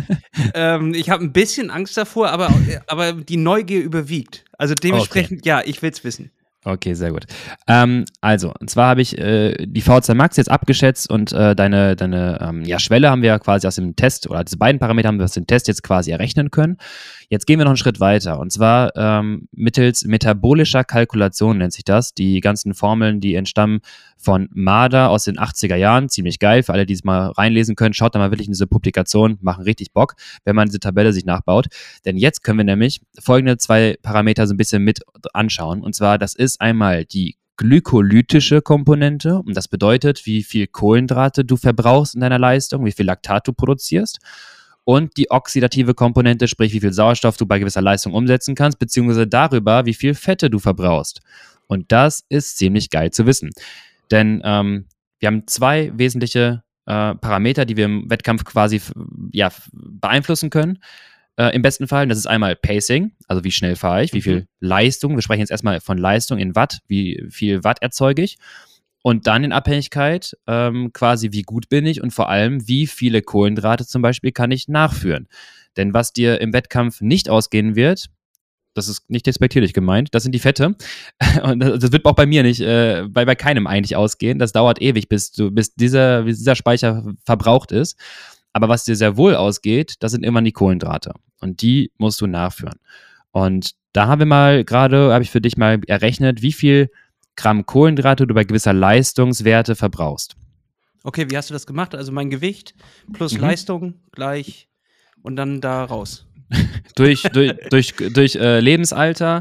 ähm, ich habe ein bisschen Angst davor, aber, aber die Neugier überwiegt. Also dementsprechend, okay. Ja, ich will es wissen. Okay, sehr gut. Ähm, also, und zwar habe ich äh, die V zwei Max jetzt abgeschätzt und äh, deine, deine ähm, ja, Schwelle haben wir ja quasi aus dem Test, oder diese beiden Parameter haben wir aus dem Test jetzt quasi errechnen können. Jetzt gehen wir noch einen Schritt weiter, und zwar ähm, mittels metabolischer Kalkulation nennt sich das. Die ganzen Formeln, die entstammen von Marder aus den achtziger Jahren, ziemlich geil, für alle, die es mal reinlesen können, schaut da mal wirklich in diese Publikation, machen richtig Bock, wenn man diese Tabelle sich nachbaut. Denn jetzt können wir nämlich folgende zwei Parameter so ein bisschen mit anschauen, und zwar, das ist einmal die glykolytische Komponente, und das bedeutet, wie viel Kohlenhydrate du verbrauchst in deiner Leistung, wie viel Laktat du produzierst, und die oxidative Komponente, sprich wie viel Sauerstoff du bei gewisser Leistung umsetzen kannst, beziehungsweise darüber, wie viel Fette du verbrauchst. Und das ist ziemlich geil zu wissen. Denn ähm, wir haben zwei wesentliche äh, Parameter, die wir im Wettkampf quasi ja, beeinflussen können. Äh, Im besten Fall, das ist einmal Pacing, also wie schnell fahre ich, wie viel mhm. Leistung, wir sprechen jetzt erstmal von Leistung in Watt, wie viel Watt erzeuge ich. Und dann in Abhängigkeit ähm, quasi, wie gut bin ich und vor allem, wie viele Kohlenhydrate zum Beispiel kann ich nachführen. Denn was dir im Wettkampf nicht ausgehen wird, das ist nicht despektierlich gemeint, das sind die Fette. Und das wird auch bei mir nicht, äh, bei, bei keinem eigentlich ausgehen. Das dauert ewig, bis, du, bis, dieser, bis dieser Speicher verbraucht ist. Aber was dir sehr wohl ausgeht, das sind immer die Kohlenhydrate. Und die musst du nachführen. Und da haben wir mal gerade, habe ich für dich mal errechnet, wie viel Gramm Kohlenhydrate du bei gewisser Leistungswerte verbrauchst. Okay, wie hast du das gemacht? Also mein Gewicht plus mhm. Leistung gleich und dann da raus. durch durch, durch, durch äh, Lebensalter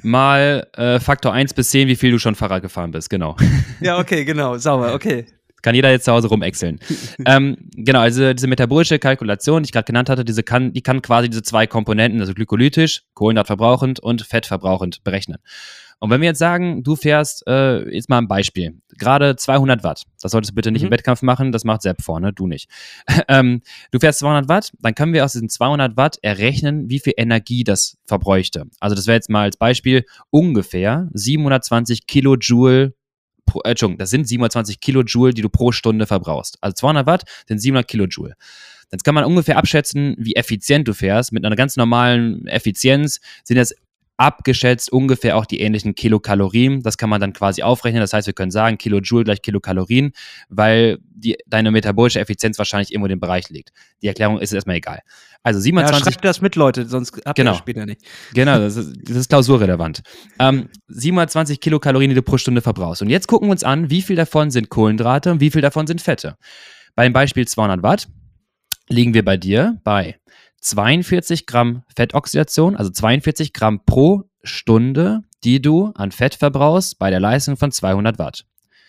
mal äh, Faktor eins bis zehn, wie viel du schon Fahrrad gefahren bist, genau. Ja, okay, genau, sauber, okay. Kann jeder jetzt zu Hause rumexceln. ähm, genau, also diese metabolische Kalkulation, die ich gerade genannt hatte, diese kann, die kann quasi diese zwei Komponenten, also glykolytisch, kohlenhydratverbrauchend und fettverbrauchend berechnen. Und wenn wir jetzt sagen, du fährst, äh, jetzt mal ein Beispiel, gerade zweihundert Watt, das solltest du bitte nicht mhm. im Wettkampf machen, das macht Sepp vorne, du nicht. ähm, du fährst zweihundert Watt, dann können wir aus diesen zweihundert Watt errechnen, wie viel Energie das verbräuchte. Also das wäre jetzt mal als Beispiel ungefähr siebenhundertzwanzig Kilojoule, pro, äh, Entschuldigung, das sind siebenhundertzwanzig Kilojoule, die du pro Stunde verbrauchst. Also zweihundert Watt sind siebenhundert Kilojoule. Jetzt kann man ungefähr abschätzen, wie effizient du fährst. Mit einer ganz normalen Effizienz sind das abgeschätzt ungefähr auch die ähnlichen Kilokalorien. Das kann man dann quasi aufrechnen. Das heißt, wir können sagen, Kilojoule gleich Kilokalorien, weil die, deine metabolische Effizienz wahrscheinlich irgendwo in dem Bereich liegt. Die Erklärung ist erstmal egal. Also siebenundzwanzig. Ja, schreibt das mit, Leute, sonst habt ihr genau. das später nicht. Genau, das ist, das ist klausurrelevant. Ähm, siebenhundertzwanzig Kilokalorien, die du pro Stunde verbrauchst. Und jetzt gucken wir uns an, wie viel davon sind Kohlenhydrate und wie viel davon sind Fette. Bei dem Beispiel zweihundert Watt liegen wir bei dir bei zweiundvierzig Gramm Fettoxidation, also zweiundvierzig Gramm pro Stunde, die du an Fett verbrauchst bei der Leistung von zweihundert Watt.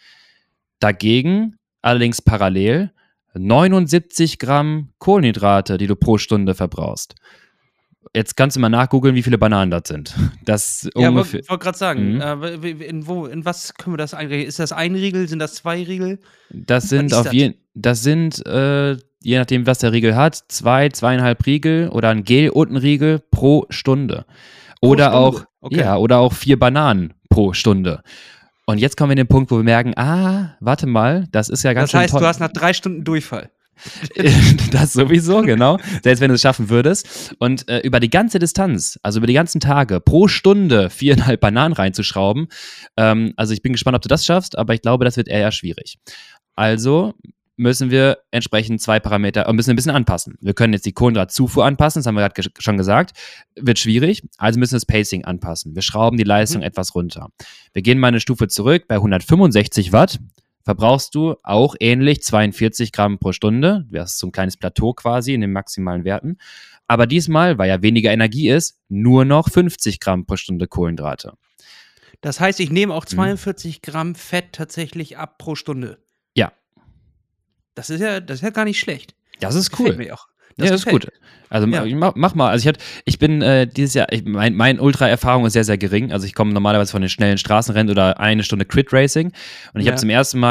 Dagegen allerdings parallel neunundsiebzig Gramm Kohlenhydrate, die du pro Stunde verbrauchst. Jetzt kannst du mal nachgoogeln, wie viele Bananen das sind. Das ja, ungefähr. Ich wollte gerade sagen, mhm. äh, in, wo, in was können wir das einregeln? Ist das ein Riegel? Sind das zwei Riegel? Das sind auf jeden das sind, äh, je nachdem, was der Riegel hat, zwei, zweieinhalb Riegel oder ein Gel und ein Riegel pro Stunde. Oder pro Stunde? auch, okay. ja, oder auch vier Bananen pro Stunde. Und jetzt kommen wir in den Punkt, wo wir merken, ah, warte mal, das ist ja ganz schön Das heißt, toll. Du hast nach drei Stunden Durchfall. Das sowieso, genau. Selbst wenn du es schaffen würdest. Und äh, über die ganze Distanz, also über die ganzen Tage, pro Stunde viereinhalb Bananen reinzuschrauben. Ähm, also ich bin gespannt, ob du das schaffst, aber ich glaube, das wird eher schwierig. Also müssen wir entsprechend zwei Parameter, müssen ein bisschen anpassen. Wir können jetzt die Kohlenhydratzufuhr anpassen, das haben wir gerade ge- schon gesagt, wird schwierig, also müssen wir das Pacing anpassen. Wir schrauben die Leistung mhm. etwas runter. Wir gehen mal eine Stufe zurück, bei hundertfünfundsechzig Watt verbrauchst du auch ähnlich zweiundvierzig Gramm pro Stunde, du hast so ein kleines Plateau quasi in den maximalen Werten, aber diesmal, weil ja weniger Energie ist, nur noch fünfzig Gramm pro Stunde Kohlenhydrate. Das heißt, ich nehme auch zweiundvierzig mhm. Gramm Fett tatsächlich ab pro Stunde. Ja. Das ist ja, das ist ja gar nicht schlecht. Das ist cool. Gefällt mir auch. Das ja, das gefällt. ist gut. Also ja. mach, mach mal. Also ich, hat, ich bin äh, dieses Jahr, ich, mein, meine Ultra-Erfahrung ist sehr, sehr gering. Also ich komme normalerweise von den schnellen Straßenrennen oder eine Stunde Crit-Racing. Und ich ja. habe zum ersten Mal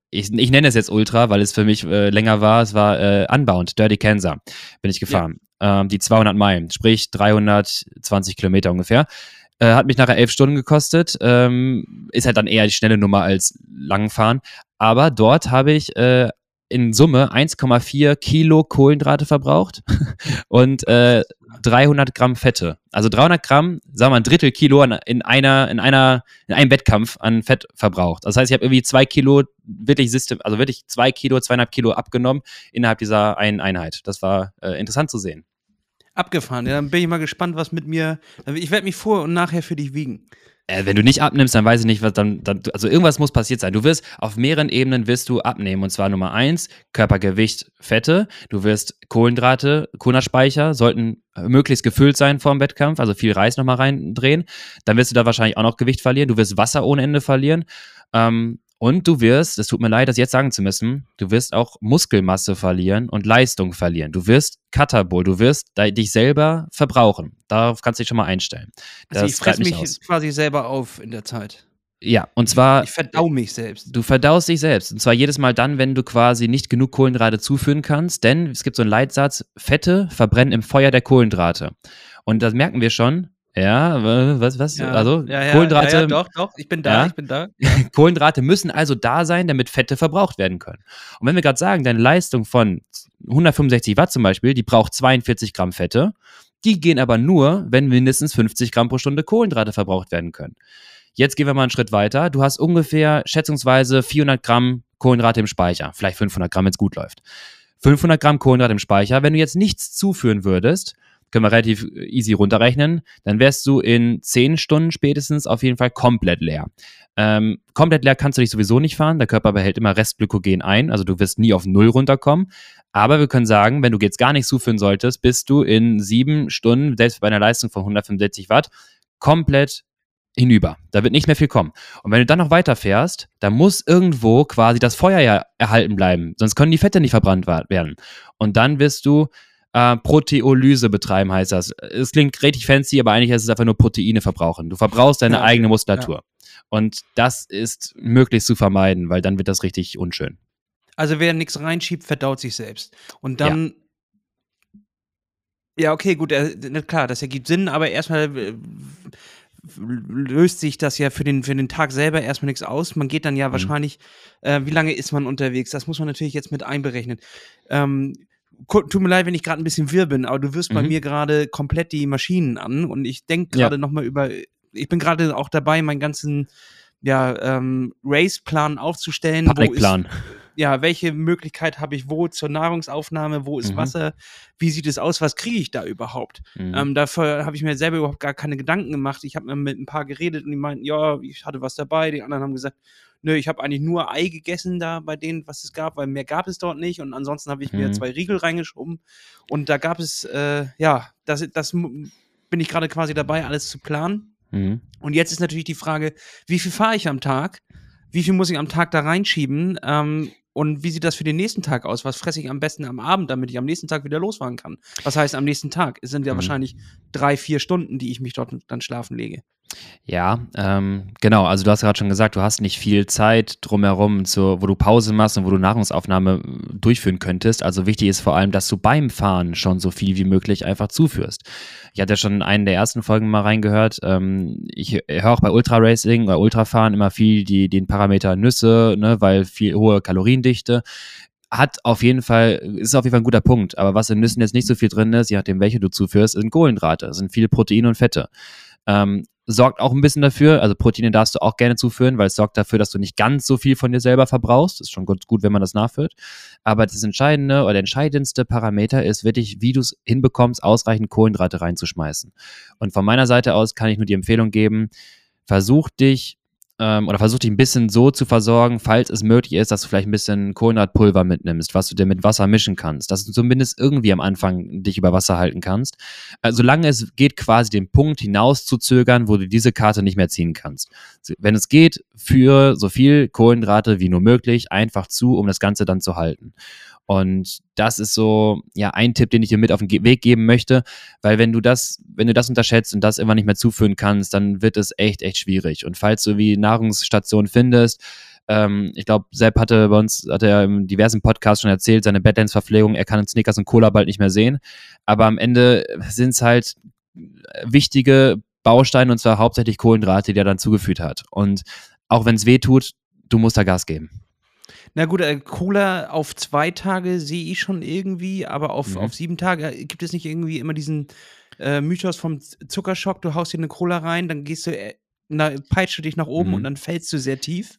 ich, ich nenne es jetzt Ultra, weil es für mich äh, länger war. Es war äh, Unbound, Dirty Kansas, bin ich gefahren. Ja. Ähm, die zweihundert Meilen, sprich dreihundertzwanzig Kilometer ungefähr. Äh, hat mich nachher elf Stunden gekostet. Ähm, ist halt dann eher die schnelle Nummer als Langfahren. Aber dort habe ich äh, in Summe eins Komma vier Kilo Kohlenhydrate verbraucht und äh, dreihundert Gramm Fette. Also dreihundert Gramm, sagen wir ein Drittel Kilo in einer, in einer, in einem Wettkampf an Fett verbraucht. Das heißt, ich habe irgendwie zwei Kilo wirklich System, also wirklich zwei Kilo, zweieinhalb Kilo abgenommen innerhalb dieser einen Einheit. Das war äh, interessant zu sehen. Abgefahren, ja, dann bin ich mal gespannt, was mit mir. Ich werde mich vor und nachher für dich wiegen. Äh, wenn du nicht abnimmst, dann weiß ich nicht, was dann, dann. Also irgendwas muss passiert sein. Du wirst auf mehreren Ebenen wirst du abnehmen. Und zwar Nummer eins, Körpergewicht, Fette. Du wirst Kohlenhydrate, Kohlenhydratspeicher sollten möglichst gefüllt sein vor dem Wettkampf, also viel Reis nochmal reindrehen. Dann wirst du da wahrscheinlich auch noch Gewicht verlieren. Du wirst Wasser ohne Ende verlieren. Ähm, Und du wirst, es tut mir leid, das jetzt sagen zu müssen, du wirst auch Muskelmasse verlieren und Leistung verlieren. Du wirst Katabol, du wirst dich selber verbrauchen. Darauf kannst du dich schon mal einstellen. Also ich fresse mich aus. quasi selber auf in der Zeit. Ja, und zwar... Ich verdau mich selbst. Du verdaust dich selbst. Und zwar jedes Mal dann, wenn du quasi nicht genug Kohlenhydrate zuführen kannst. Denn es gibt so einen Leitsatz, Fette verbrennen im Feuer der Kohlenhydrate. Und das merken wir schon. Ja, was, was? Ja, also ja, ja, Kohlenhydrate. Ja, ja, doch, doch, ich bin da, ja? ich bin da. Kohlenhydrate müssen also da sein, damit Fette verbraucht werden können. Und wenn wir gerade sagen, deine Leistung von hundertfünfundsechzig Watt zum Beispiel, die braucht zweiundvierzig Gramm Fette, die gehen aber nur, wenn mindestens fünfzig Gramm pro Stunde Kohlenhydrate verbraucht werden können. Jetzt gehen wir mal einen Schritt weiter. Du hast ungefähr schätzungsweise vierhundert Gramm Kohlenhydrate im Speicher, vielleicht fünfhundert Gramm, wenn es gut läuft. fünfhundert Gramm Kohlenhydrate im Speicher. Wenn du jetzt nichts zuführen würdest, können wir relativ easy runterrechnen, dann wärst du in zehn Stunden spätestens auf jeden Fall komplett leer. Ähm, komplett leer kannst du dich sowieso nicht fahren, der Körper behält immer Restglykogen ein, also du wirst nie auf Null runterkommen, aber wir können sagen, wenn du jetzt gar nichts zuführen solltest, bist du in sieben Stunden, selbst bei einer Leistung von hundertfünfundsechzig Watt, komplett hinüber. Da wird nicht mehr viel kommen. Und wenn du dann noch weiterfährst, dann muss irgendwo quasi das Feuer ja erhalten bleiben, sonst können die Fette nicht verbrannt werden. Und dann wirst du Äh, Proteolyse betreiben, heißt das. Es klingt richtig fancy, aber eigentlich ist es einfach nur Proteine verbrauchen. Du verbrauchst deine ja, eigene Muskulatur. Ja. Und das ist möglichst zu vermeiden, weil dann wird das richtig unschön. Also wer nichts reinschiebt, verdaut sich selbst. Und dann ja, ja okay, gut, äh, klar, das ergibt Sinn, aber erstmal äh, löst sich das ja für den, für den Tag selber erstmal nichts aus. Man geht dann ja mhm. wahrscheinlich, äh, wie lange ist man unterwegs? Das muss man natürlich jetzt mit einberechnen. Ähm, Tut mir leid, wenn ich gerade ein bisschen wirr bin, aber du wirst mhm. bei mir gerade komplett die Maschinen an und ich denke gerade ja. nochmal über, ich bin gerade auch dabei, meinen ganzen ja, ähm, Race-Plan aufzustellen. Panikplan. Wo ist, ja, welche Möglichkeit habe ich wo zur Nahrungsaufnahme, wo ist mhm. Wasser, wie sieht es aus, was kriege ich da überhaupt? Mhm. Ähm, dafür habe ich mir selber überhaupt gar keine Gedanken gemacht. Ich habe mir mit ein paar geredet und die meinten, ja, ich hatte was dabei, die anderen haben gesagt, nö, ich habe eigentlich nur Ei gegessen da bei denen, was es gab, weil mehr gab es dort nicht und ansonsten habe ich mhm. mir zwei Riegel reingeschoben und da gab es, äh, ja, das, das bin ich gerade quasi dabei, alles zu planen. Mhm. Und jetzt ist natürlich die Frage, wie viel fahre ich am Tag? Wie viel muss ich am Tag da reinschieben? Ähm, und wie sieht das für den nächsten Tag aus? Was fresse ich am besten am Abend, damit ich am nächsten Tag wieder losfahren kann? Was heißt am nächsten Tag? Es sind ja mhm. wahrscheinlich drei, vier Stunden, die ich mich dort dann schlafen lege. Ja, ähm, genau, also du hast gerade schon gesagt, du hast nicht viel Zeit drumherum, zu, wo du Pause machst und wo du Nahrungsaufnahme durchführen könntest. Also wichtig ist vor allem, dass du beim Fahren schon so viel wie möglich einfach zuführst. Ich hatte ja schon in einen der ersten Folgen mal reingehört. Ähm, ich höre auch bei Ultra-Racing oder Ultrafahren immer viel die, den Parameter Nüsse, ne, weil viel hohe Kaloriendichte. Hat auf jeden Fall, ist auf jeden Fall ein guter Punkt. Aber was in Nüssen jetzt nicht so viel drin ist, je nachdem, welche du zuführst, sind Kohlenhydrate, sind viele Proteine und Fette. Ähm, sorgt auch ein bisschen dafür, also Proteine darfst du auch gerne zuführen, weil es sorgt dafür, dass du nicht ganz so viel von dir selber verbrauchst. Das ist schon gut, wenn man das nachführt. Aber das entscheidende oder der entscheidendste Parameter ist wirklich, wie du es hinbekommst, ausreichend Kohlenhydrate reinzuschmeißen. Und von meiner Seite aus kann ich nur die Empfehlung geben, versuch dich ähm, oder versuch dich ein bisschen so zu versorgen, falls es möglich ist, dass du vielleicht ein bisschen Kohlenhydratpulver mitnimmst, was du dir mit Wasser mischen kannst, dass du zumindest irgendwie am Anfang dich über Wasser halten kannst. Also, solange es geht, quasi den Punkt hinaus zu zögern, wo du diese Karte nicht mehr ziehen kannst. Wenn es geht, führe so viel Kohlenhydrate wie nur möglich einfach zu, um das Ganze dann zu halten. Und das ist so, ja, ein Tipp, den ich dir mit auf den Ge- Weg geben möchte, weil wenn du das, wenn du das unterschätzt und das immer nicht mehr zuführen kannst, dann wird es echt, echt schwierig. Und falls du wie Nahrungsstation findest, Ähm, ich glaube, Sepp hatte bei uns, hat er in diversen Podcasts schon erzählt, seine Badlands-Verpflegung, er kann Snickers und Cola bald nicht mehr sehen. Aber am Ende sind es halt wichtige Bausteine, und zwar hauptsächlich Kohlenhydrate, die er dann zugefügt hat. Und auch wenn es weh tut, du musst da Gas geben. Na gut, äh, Cola auf zwei Tage sehe ich schon irgendwie, aber auf, Mhm. auf sieben Tage äh, gibt es nicht irgendwie immer diesen äh, Mythos vom Z- Zuckerschock, du haust dir eine Cola rein, dann gehst du, äh, na, peitscht du dich nach oben Mhm. und dann fällst du sehr tief.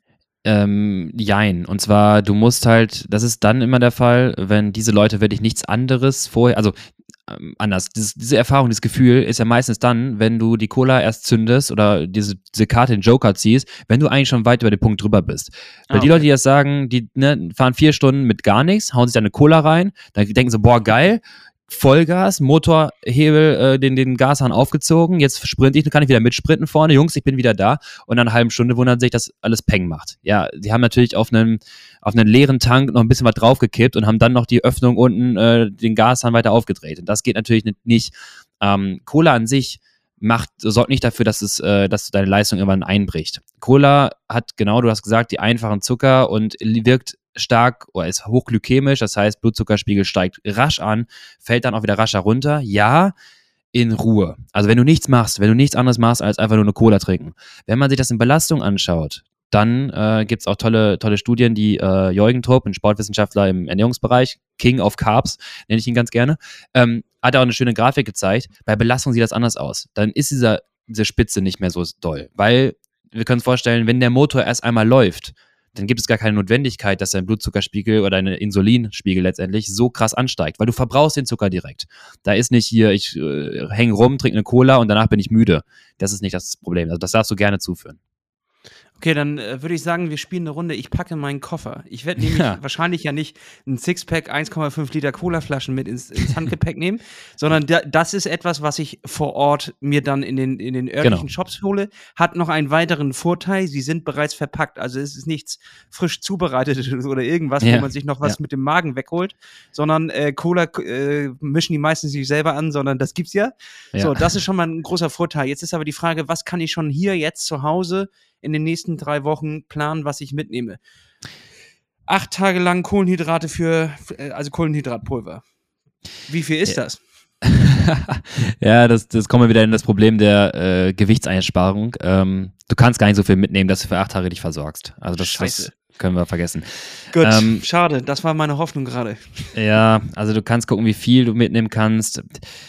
Ähm, jein. Und zwar, du musst halt, das ist dann immer der Fall, wenn diese Leute wirklich nichts anderes vorher, also ähm, anders, dieses, diese Erfahrung, dieses Gefühl ist ja meistens dann, wenn du die Cola erst zündest oder diese, diese Karte den Joker ziehst, wenn du eigentlich schon weit über den Punkt drüber bist. Weil Ah, die okay. Leute, die das sagen, die ne, fahren vier Stunden mit gar nichts, hauen sich dann eine Cola rein, dann denken sie, boah, geil, Vollgas, Motorhebel, äh, den, den Gashahn aufgezogen, jetzt sprinte ich, dann kann ich wieder mitsprinten vorne, Jungs, ich bin wieder da, und nach einer halben Stunde wundern sich, dass alles Peng macht. Ja, die haben natürlich auf einen, auf einen leeren Tank noch ein bisschen was draufgekippt und haben dann noch die Öffnung unten, äh, den Gashahn weiter aufgedreht. Und das geht natürlich nicht. Ähm, Cola an sich macht, sorgt nicht dafür, dass es, äh, dass deine Leistung irgendwann einbricht. Cola hat, genau, du hast gesagt, die einfachen Zucker und wirkt stark oder ist hochglykämisch, das heißt, Blutzuckerspiegel steigt rasch an, fällt dann auch wieder rascher runter. Ja, in Ruhe. Also wenn du nichts machst, wenn du nichts anderes machst, als einfach nur eine Cola trinken. Wenn man sich das in Belastung anschaut, dann äh, gibt es auch tolle, tolle Studien, die äh, Jürgen Trupp, ein Sportwissenschaftler im Ernährungsbereich, King of Carbs, nenne ich ihn ganz gerne, ähm, hat auch eine schöne Grafik gezeigt. Bei Belastung sieht das anders aus. Dann ist dieser, diese Spitze nicht mehr so doll. Weil wir können uns vorstellen, wenn der Motor erst einmal läuft, dann gibt es gar keine Notwendigkeit, dass dein Blutzuckerspiegel oder dein Insulinspiegel letztendlich so krass ansteigt, weil du verbrauchst den Zucker direkt. Da ist nicht hier, ich äh, hänge rum, trinke eine Cola und danach bin ich müde. Das ist nicht das Problem. Also das darfst du gerne zuführen. Okay, dann äh, würde ich sagen, wir spielen eine Runde. Ich packe meinen Koffer. Ich werde nämlich Ja. wahrscheinlich ja nicht ein Sixpack eins Komma fünf Liter Colaflaschen mit ins, ins Handgepäck nehmen, sondern da, das ist etwas, was ich vor Ort mir dann in den, in den örtlichen Genau. Shops hole. Hat noch einen weiteren Vorteil, sie sind bereits verpackt. Also es ist nichts frisch zubereitetes oder irgendwas, Ja. wo man sich noch was Ja. mit dem Magen wegholt, sondern äh, Cola äh, mischen die meistens nicht selber an, sondern das gibt's ja. Ja. So, das ist schon mal ein großer Vorteil. Jetzt ist aber die Frage, was kann ich schon hier jetzt zu Hause in den nächsten drei Wochen planen, was ich mitnehme? Acht Tage lang Kohlenhydrate für, äh, also Kohlenhydratpulver. Wie viel ist Ja. das? Ja, das, das kommen wir wieder in das Problem der äh, Gewichtseinsparung. Ähm, du kannst gar nicht so viel mitnehmen, dass du für acht Tage dich versorgst. Also das, Scheiße. das können wir vergessen. Gut, Ähm, schade, das war meine Hoffnung gerade. Ja, also du kannst gucken, wie viel du mitnehmen kannst.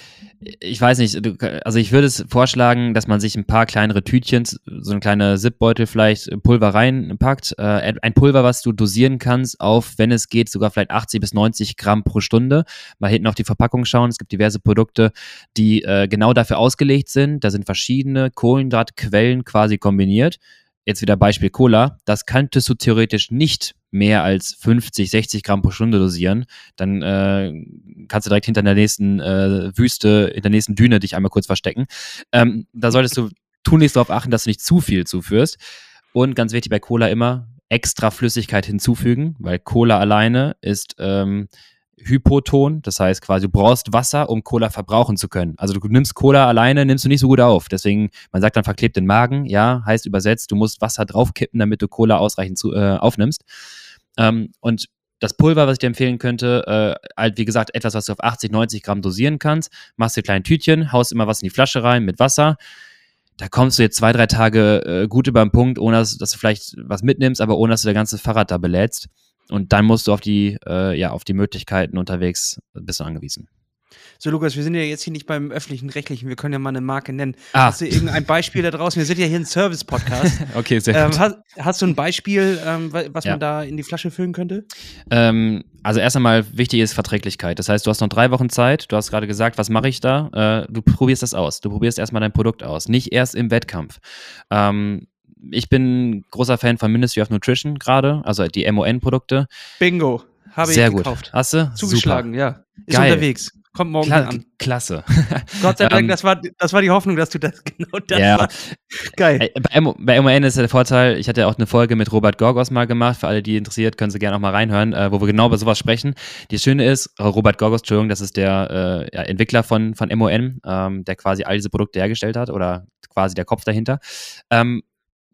Ich weiß nicht, du, also ich würde es vorschlagen, dass man sich ein paar kleinere Tütchen, so eine kleine Zipbeutel vielleicht Pulver reinpackt. Äh, ein Pulver, was du dosieren kannst auf, wenn es geht, sogar vielleicht achtzig bis neunzig Gramm pro Stunde. Mal hinten auf die Verpackung schauen. Es gibt diverse Produkte, die äh, genau dafür ausgelegt sind. Da sind verschiedene Kohlenhydratquellen quasi kombiniert. Jetzt wieder Beispiel Cola, das könntest du theoretisch nicht mehr als fünfzig, sechzig Gramm pro Stunde dosieren. Dann äh, kannst du direkt hinter der nächsten äh, Wüste, in der nächsten Düne dich einmal kurz verstecken. Ähm, da solltest du tunlichst darauf achten, dass du nicht zu viel zuführst. Und ganz wichtig bei Cola immer, extra Flüssigkeit hinzufügen, weil Cola alleine ist ähm, Hypoton, das heißt quasi, du brauchst Wasser, um Cola verbrauchen zu können. Also du nimmst Cola alleine, nimmst du nicht so gut auf. Deswegen, man sagt dann verklebt den Magen, ja, heißt übersetzt, du musst Wasser draufkippen, damit du Cola ausreichend zu, äh, aufnimmst. Ähm, und das Pulver, was ich dir empfehlen könnte, äh, halt wie gesagt, etwas, was du auf achtzig, neunzig Gramm dosieren kannst, machst dir kleine Tütchen, haust immer was in die Flasche rein mit Wasser. Da kommst du jetzt zwei, drei Tage äh, gut über den Punkt, ohne dass, dass du vielleicht was mitnimmst, aber ohne dass du dein ganzes Fahrrad da belädst. Und dann musst du auf die, äh, ja, auf die Möglichkeiten unterwegs bist du angewiesen. So, Lukas, wir sind ja jetzt hier nicht beim öffentlichen Rechtlichen, wir können ja mal eine Marke nennen. Ah. Hast du irgendein Beispiel da draußen? Wir sind ja hier ein Service-Podcast. Okay, sehr ähm, gut. hast, hast du ein Beispiel, ähm, was Ja. man da in die Flasche füllen könnte? Ähm, also erst einmal wichtig ist Verträglichkeit. Das heißt, du hast noch drei Wochen Zeit. Du hast gerade gesagt, was mache ich da? Äh, du probierst das aus. Du probierst erstmal dein Produkt aus. Nicht erst im Wettkampf. Ähm, ich bin großer Fan von Ministry of Nutrition gerade, also die M O N-Produkte. Bingo. Habe ich Sehr gekauft. gut. Hast du? Zugeschlagen, Super. ja. Ist Geil. unterwegs. Kommt morgen Kla an. Klasse. Gott sei Dank, Ähm, das, war, das war die Hoffnung, dass du das genau das Ja. war. Geil. Ey, Bei, M bei M O N ist der Vorteil, ich hatte ja auch eine Folge mit Robert Gorgos mal gemacht, für alle, die interessiert, können Sie gerne auch mal reinhören, äh, wo wir genau über sowas sprechen. Das Schöne ist, Robert Gorgos, Entschuldigung, das ist der äh, ja, Entwickler von, von M O N, ähm, der quasi all diese Produkte hergestellt hat oder quasi der Kopf dahinter. Ähm,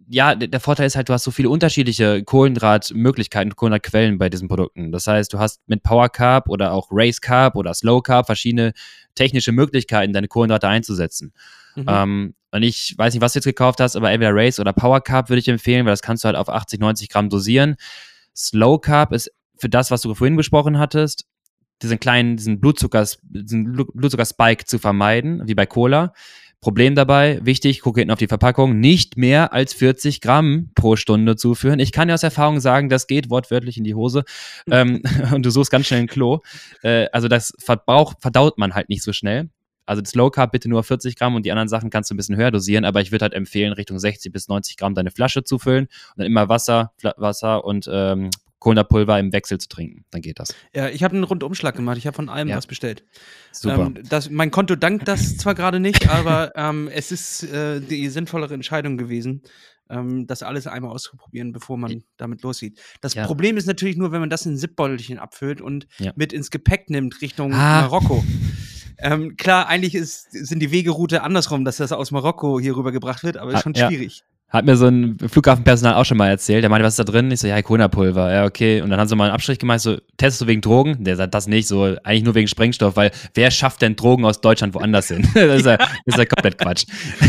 ja, der Vorteil ist halt, du hast so viele unterschiedliche Kohlenhydratmöglichkeiten, Kohlenhydratquellen bei diesen Produkten. Das heißt, du hast mit Power Carb oder auch Race Carb oder Slow Carb verschiedene technische Möglichkeiten, deine Kohlenhydrate einzusetzen. Mhm. Ähm, und ich weiß nicht, was du jetzt gekauft hast, aber entweder Race oder Power Carb würde ich empfehlen, weil das kannst du halt auf achtzig, neunzig Gramm dosieren. Slow Carb ist für das, was du vorhin besprochen hattest, diesen kleinen, diesen Blutzuckers, diesen Blutzuckerspike zu vermeiden, wie bei Cola. Problem dabei, wichtig, gucke hinten auf die Verpackung, nicht mehr als vierzig Gramm pro Stunde zuführen. Ich kann ja aus Erfahrung sagen, das geht wortwörtlich in die Hose ähm, und du suchst ganz schnell ein Klo. Äh, also das Verbrauch verdaut man halt nicht so schnell. Also das Low Carb bitte nur vierzig Gramm und die anderen Sachen kannst du ein bisschen höher dosieren, aber ich würde halt empfehlen, Richtung sechzig bis neunzig Gramm deine Flasche zu füllen und dann immer Wasser, Fla- Wasser und ähm, Kohlenhydratpulver im Wechsel zu trinken. Dann geht das. Ja, ich habe einen Rundumschlag gemacht. Ich habe von allem Ja. was bestellt. Super. Ähm, das, mein Konto dankt das zwar gerade nicht, aber ähm, es ist äh, die sinnvollere Entscheidung gewesen, ähm, das alles einmal auszuprobieren, bevor man damit loszieht. Das Ja. Problem ist natürlich nur, wenn man das in ein Zipbeutelchen abfüllt und Ja. mit ins Gepäck nimmt Richtung Ah. Marokko. Ähm, klar, eigentlich ist, sind die Wegeroute andersrum, dass das aus Marokko hier rübergebracht wird, aber ist schon Ja. schwierig. Hat mir so ein Flughafenpersonal auch schon mal erzählt. Der meinte, was ist da drin? Ich so, ja, Kohlenhydratpulver. Ja, okay. Und dann haben sie mal einen Abstrich gemacht, so, testest du wegen Drogen? Der sagt, das nicht, so, eigentlich nur wegen Sprengstoff, weil wer schafft denn Drogen aus Deutschland woanders hin? das, ist ja, das ist ja komplett Quatsch.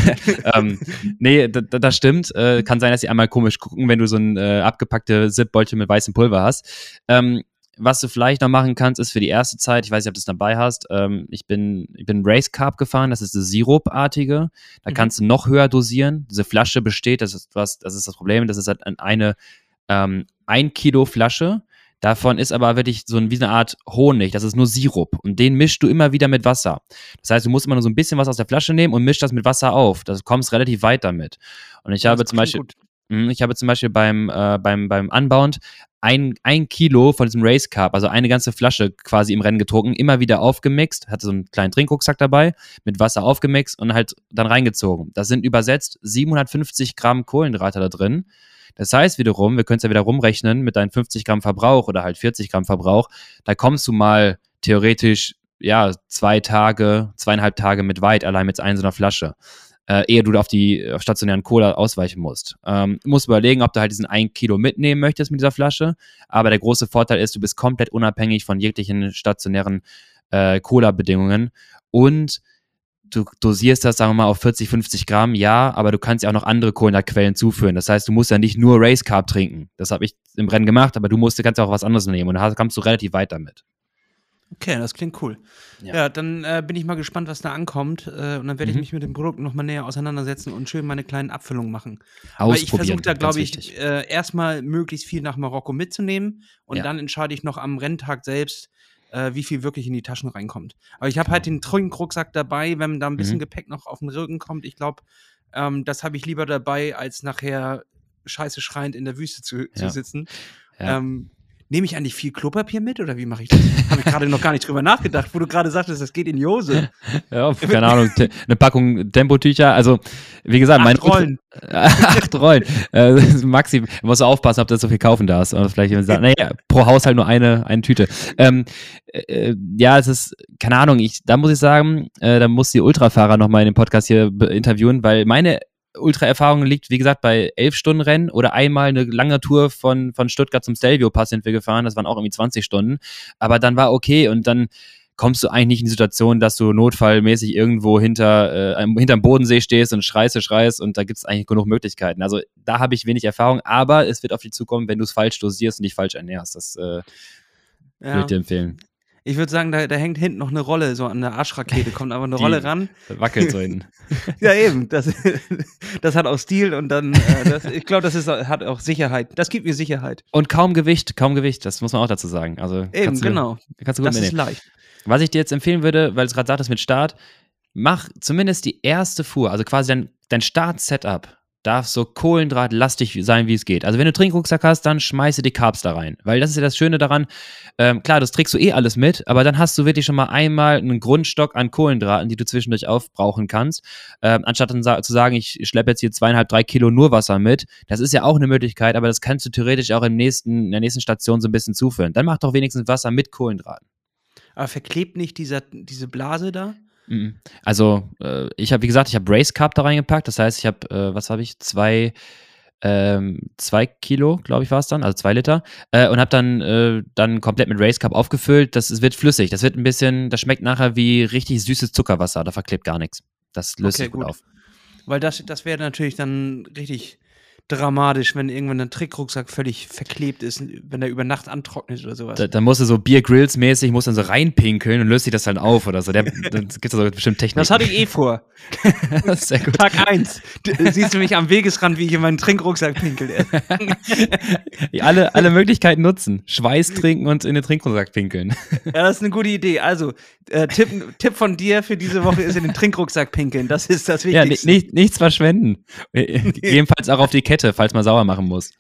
ähm, nee, d- d- das stimmt. Äh, kann sein, dass sie einmal komisch gucken, wenn du so ein äh, abgepackte Zipbeutel mit weißem Pulver hast. Ähm, Was du vielleicht noch machen kannst, ist für die erste Zeit, ich weiß nicht, ob du es dabei hast, ähm, ich bin, ich bin Race Carb gefahren, das ist das Sirupartige. Da Mhm. kannst du noch höher dosieren. Diese Flasche besteht, das ist, was, das ist das Problem, das ist halt eine ähm, ein Kilo Flasche. Davon ist aber wirklich so ein, wie eine Art Honig, das ist nur Sirup. Und den mischst du immer wieder mit Wasser. Das heißt, du musst immer nur so ein bisschen was aus der Flasche nehmen und mischst das mit Wasser auf. Da kommst relativ weit damit. Und ich Ja, habe das zum klingt Beispiel. gut. Ich habe zum Beispiel beim, äh, beim, beim Unbound ein, ein Kilo von diesem Race Carb, also eine ganze Flasche quasi im Rennen getrunken, immer wieder aufgemixt, hatte so einen kleinen Trinkrucksack dabei, mit Wasser aufgemixt und halt dann reingezogen. Das sind übersetzt siebenhundertfünfzig Gramm Kohlenhydrate da drin. Das heißt wiederum, wir können es ja wieder rumrechnen mit deinen fünfzig Gramm Verbrauch oder halt vierzig Gramm Verbrauch, da kommst du mal theoretisch, ja, zwei Tage, zweieinhalb Tage mit weit, allein mit so einer Flasche. Äh, ehe du auf die auf stationären Cola ausweichen musst. Ähm, du musst überlegen, ob du halt diesen ein Kilo mitnehmen möchtest mit dieser Flasche, aber der große Vorteil ist, du bist komplett unabhängig von jeglichen stationären äh, Cola-Bedingungen und du dosierst das, sagen wir mal, auf vierzig, fünfzig Gramm, ja, aber du kannst ja auch noch andere Kohlenhydratquellen zuführen. Das heißt, du musst ja nicht nur Race Carb trinken. Das habe ich im Rennen gemacht, aber du musst, kannst ja auch was anderes nehmen und da kommst du relativ weit damit. Okay, das klingt cool. Ja, Ja. dann äh, bin ich mal gespannt, was da ankommt. Äh, und dann werde ich Mhm. mich mit dem Produkt nochmal näher auseinandersetzen und schön meine kleinen Abfüllungen machen. Aber ich Ausprobieren, versuche da, ganz glaube ich, wichtig. äh, erstmal möglichst viel nach Marokko mitzunehmen. Und Ja. dann entscheide ich noch am Renntag selbst, äh, wie viel wirklich in die Taschen reinkommt. Aber ich habe Genau. halt den Trinkrucksack dabei, wenn da ein bisschen Mhm. Gepäck noch auf den Rücken kommt. Ich glaube, ähm, das habe ich lieber dabei, als nachher scheiße schreiend in der Wüste zu, zu Ja. sitzen. Ja. Ähm, Nehme ich eigentlich viel Klopapier mit oder wie mache ich das? Habe ich gerade noch gar nicht drüber nachgedacht, wo du gerade sagtest, das geht in die Hose. Ja, keine Ahnung, te- eine Packung Tempotücher, also wie gesagt, Acht meine Rollen. Acht Rollen. Äh, Maxi, du musst aufpassen, ob du so viel kaufen darfst. Oder vielleicht jemand sagt, naja, pro Haushalt nur eine, eine Tüte. Ähm, äh, ja, es ist, keine Ahnung, ich, da muss ich sagen, äh, da muss die Ultrafahrer nochmal in dem Podcast hier be- interviewen, weil meine Ultra-Erfahrung liegt, wie gesagt, bei elf Stunden Rennen oder einmal eine lange Tour von, von Stuttgart zum Stelvio-Pass sind wir gefahren, das waren auch irgendwie zwanzig Stunden, aber dann war okay und dann kommst du eigentlich nicht in die Situation, dass du notfallmäßig irgendwo hinter äh, hinterm Bodensee stehst und schreist, schreist und da gibt es eigentlich genug Möglichkeiten. Also da habe ich wenig Erfahrung, aber es wird auf dich zukommen, wenn du es falsch dosierst und dich falsch ernährst. Das äh, würde Ja. ich dir empfehlen. Ich würde sagen, da, da hängt hinten noch eine Rolle, so an der Arschrakete kommt aber eine Die Rolle ran. wackelt so hinten. Ja, eben. Das, das hat auch Stil und dann, äh, das, ich glaube, das ist, hat auch Sicherheit. Das gibt mir Sicherheit. Und kaum Gewicht, kaum Gewicht, das muss man auch dazu sagen. Also Eben, kannst du, genau. kannst du gut Das ist mitnehmen. leicht. Was ich dir jetzt empfehlen würde, weil du es gerade sagtest mit Start, mach zumindest die erste Fuhr, also quasi dein, dein Start-Setup darf so kohlenhydratlastig sein, wie es geht. Also wenn du Trinkrucksack hast, dann schmeiße die Carbs da rein. Weil das ist ja das Schöne daran, ähm, klar, das trägst du eh alles mit, aber dann hast du wirklich schon mal einmal einen Grundstock an Kohlenhydraten, die du zwischendurch aufbrauchen kannst. Ähm, anstatt dann sa- zu sagen, ich schleppe jetzt hier zweieinhalb, drei Kilo nur Wasser mit. Das ist ja auch eine Möglichkeit, aber das kannst du theoretisch auch im nächsten, in der nächsten Station so ein bisschen zuführen. Dann mach doch wenigstens Wasser mit Kohlenhydraten. Aber verklebt nicht dieser, diese Blase da? Mhm. Also, äh, ich habe, wie gesagt, ich habe Race Carb da reingepackt. Das heißt, ich habe, äh, was habe ich? Zwei, ähm, zwei Kilo, glaube ich, war es dann, also zwei Liter, äh, und habe dann, äh, dann komplett mit Race Cup aufgefüllt. Das es wird flüssig, das wird ein bisschen, das schmeckt nachher wie richtig süßes Zuckerwasser, da verklebt gar nichts. Das löst Okay, sich gut gut. auf. Weil das, das wäre natürlich dann richtig dramatisch, wenn irgendwann ein Trickrucksack völlig verklebt ist, wenn er über Nacht antrocknet oder sowas. Da, da musst du so Beer Grylls mäßig, musst dann so reinpinkeln und löst sich das dann auf oder so. Da gibt's da so bestimmt Techniken. Das hatte ich eh vor. Das ist sehr gut. Tag eins. Du, siehst du mich am Wegesrand, wie ich in meinen Trinkrucksack pinkel. alle, alle Möglichkeiten nutzen. Schweiß trinken und in den Trinkrucksack pinkeln. Ja, das ist eine gute Idee. Also, äh, Tipp, Tipp von dir für diese Woche ist in den Trinkrucksack pinkeln. Das ist das Ja, Wichtigste. ni- nicht, nichts verschwenden. Jedenfalls auch auf die Kette, falls man sauer machen muss.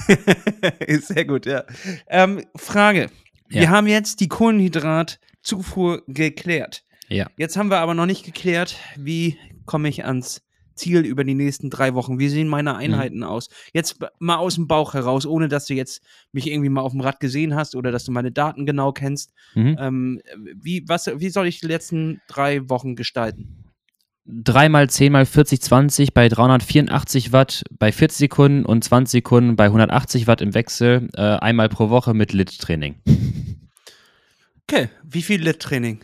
Sehr gut, ja. Ähm, Frage. Ja. Wir haben jetzt die Kohlenhydratzufuhr geklärt. Ja. Jetzt haben wir aber noch nicht geklärt, wie komme ich ans Ziel über die nächsten drei Wochen. Wie sehen meine Einheiten aus? Jetzt b- mal aus dem Bauch heraus, ohne dass du jetzt mich irgendwie mal auf dem Rad gesehen hast oder dass du meine Daten genau kennst. Mhm. Ähm, wie, was, wie soll ich die letzten drei Wochen gestalten? drei mal zehn mal vierzig zwanzig bei dreihundertvierundachtzig Watt bei vierzig Sekunden und zwanzig Sekunden bei hundertachtzig Watt im Wechsel, äh, einmal pro Woche mit Lit-Training. Okay, wie viel Lit-Training?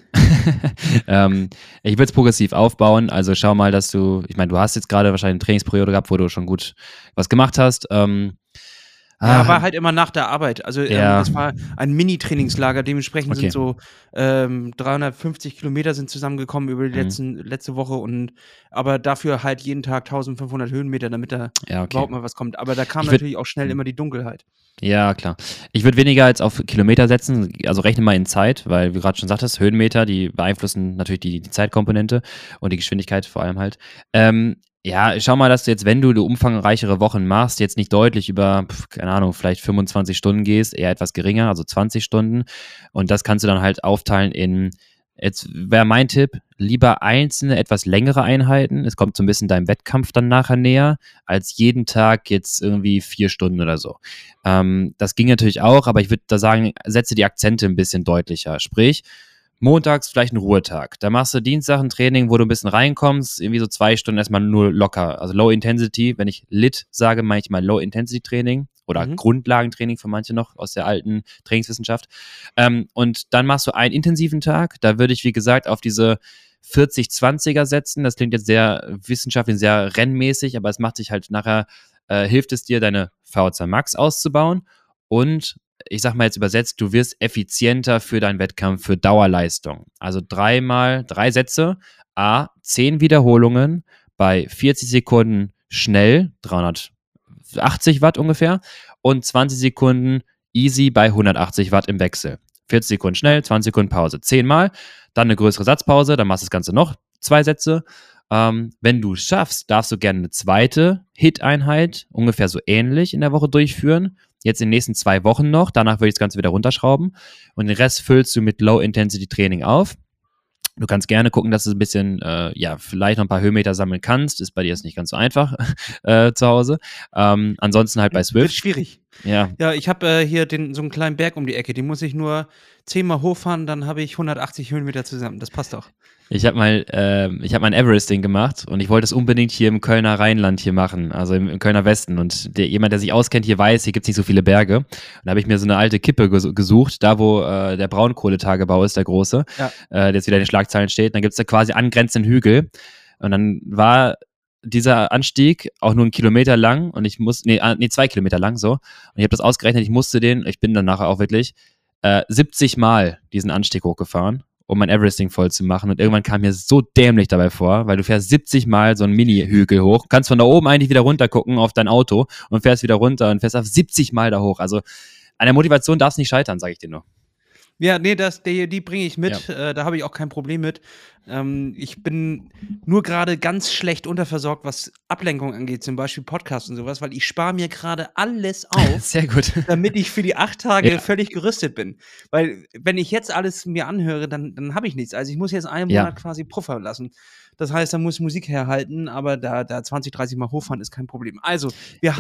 ähm, ich würde es progressiv aufbauen, also schau mal, dass du, ich meine, du hast jetzt gerade wahrscheinlich eine Trainingsperiode gehabt, wo du schon gut was gemacht hast. Ähm, Ja, ah, war halt immer nach der Arbeit. Also Ja. ähm, es war ein Mini-Trainingslager. Dementsprechend Okay. sind so ähm, dreihundertfünfzig Kilometer sind zusammengekommen über die Mhm. letzten, letzte Woche. Und aber dafür halt jeden Tag eintausendfünfhundert Höhenmeter, damit da ja, okay. überhaupt mal was kommt. Aber da kam Ich würd- natürlich auch schnell Mhm. immer die Dunkelheit. Ja, klar. Ich würde weniger jetzt auf Kilometer setzen, also rechne mal in Zeit, weil, wie du gerade schon sagtest, Höhenmeter, die beeinflussen natürlich die, die Zeitkomponente und die Geschwindigkeit vor allem halt. Ähm, ja, schau mal, dass du jetzt, wenn du die umfangreichere Wochen machst, jetzt nicht deutlich über, pf, keine Ahnung, vielleicht fünfundzwanzig Stunden gehst, eher etwas geringer, also zwanzig Stunden. Und das kannst du dann halt aufteilen in, jetzt wäre mein Tipp, lieber einzelne, etwas längere Einheiten. Es kommt so ein bisschen deinem Wettkampf dann nachher näher, als jeden Tag jetzt irgendwie vier Stunden oder so. Ähm, das ging natürlich auch, aber ich würde da sagen, setze die Akzente ein bisschen deutlicher. Sprich, montags vielleicht einen Ruhetag. Da machst du Dienstag ein Training, wo du ein bisschen reinkommst, irgendwie so zwei Stunden erstmal nur locker. Also Low Intensity. Wenn ich Lit sage, meine ich mal Low Intensity Training oder Mhm. Grundlagentraining für manche noch aus der alten Trainingswissenschaft. Ähm, und dann machst du einen intensiven Tag. Da würde ich, wie gesagt, auf diese vierzig zwanziger setzen. Das klingt jetzt sehr wissenschaftlich, sehr rennmäßig, aber es macht sich halt nachher, äh, hilft es dir, deine V zwei Max auszubauen und ich sag mal jetzt übersetzt, du wirst effizienter für deinen Wettkampf, für Dauerleistung. Also dreimal, drei Sätze, a, zehn Wiederholungen bei vierzig Sekunden schnell, dreihundertachtzig Watt ungefähr, und zwanzig Sekunden easy bei hundertachtzig Watt im Wechsel. vierzig Sekunden schnell, zwanzig Sekunden Pause. Zehnmal, dann eine größere Satzpause, dann machst du das Ganze noch zwei Sätze. Ähm, wenn du es schaffst, darfst du gerne eine zweite Hit-Einheit, ungefähr so ähnlich in der Woche durchführen. Jetzt in den nächsten zwei Wochen noch. Danach würde ich das Ganze wieder runterschrauben. Und den Rest füllst du mit Low-Intensity-Training auf. Du kannst gerne gucken, dass du ein bisschen, äh, ja, vielleicht noch ein paar Höhenmeter sammeln kannst. Ist bei dir jetzt nicht ganz so einfach äh, zu Hause. Ähm, ansonsten halt bei Wird Swift. schwierig. Ja, Ja, ich habe äh, hier den, so einen kleinen Berg um die Ecke. Den muss ich nur zehnmal hochfahren, dann habe ich hundertachtzig Höhenmeter zusammen. Das passt doch. ich habe mal, äh, ich habe mein Everesting gemacht und ich wollte es unbedingt hier im Kölner Rheinland hier machen, also im, im Kölner Westen. Und der, jemand, der sich auskennt, hier weiß, hier gibt es nicht so viele Berge. Und da habe ich mir so eine alte Kippe ges gesucht, da wo äh, der Braunkohletagebau ist, der große, Ja. äh, der jetzt wieder in den Schlagzeilen steht. Und dann gibt es da quasi angrenzenden Hügel. Und dann war dieser Anstieg auch nur einen Kilometer lang und ich muss, nee, ah, nee zwei Kilometer lang so. Und ich habe das ausgerechnet, ich musste den, ich bin dann nachher auch wirklich äh, siebzig Mal diesen Anstieg hochgefahren, um mein Everesting voll zu machen. Und irgendwann kam mir so dämlich dabei vor, weil du fährst siebzig Mal so einen Mini-Hügel hoch, kannst von da oben eigentlich wieder runter gucken auf dein Auto und fährst wieder runter und fährst auf siebzig Mal da hoch. Also an der Motivation darf es nicht scheitern, sage ich dir nur. Ja, nee, das, die, die bringe ich mit. Äh, da habe ich auch kein Problem mit. Ähm, ich bin nur gerade ganz schlecht unterversorgt, was Ablenkung angeht, zum Beispiel Podcasts und sowas, weil ich spare mir gerade alles auf, Sehr gut. damit ich für die acht Tage Ja. völlig gerüstet bin. Weil, wenn ich jetzt alles mir anhöre, dann, dann habe ich nichts. Also, ich muss jetzt einen Ja. Monat quasi Puffer lassen. Das heißt, da muss Musik herhalten, aber da, da zwanzig, dreißig Mal hochfahren ist kein Problem. Also, wir haben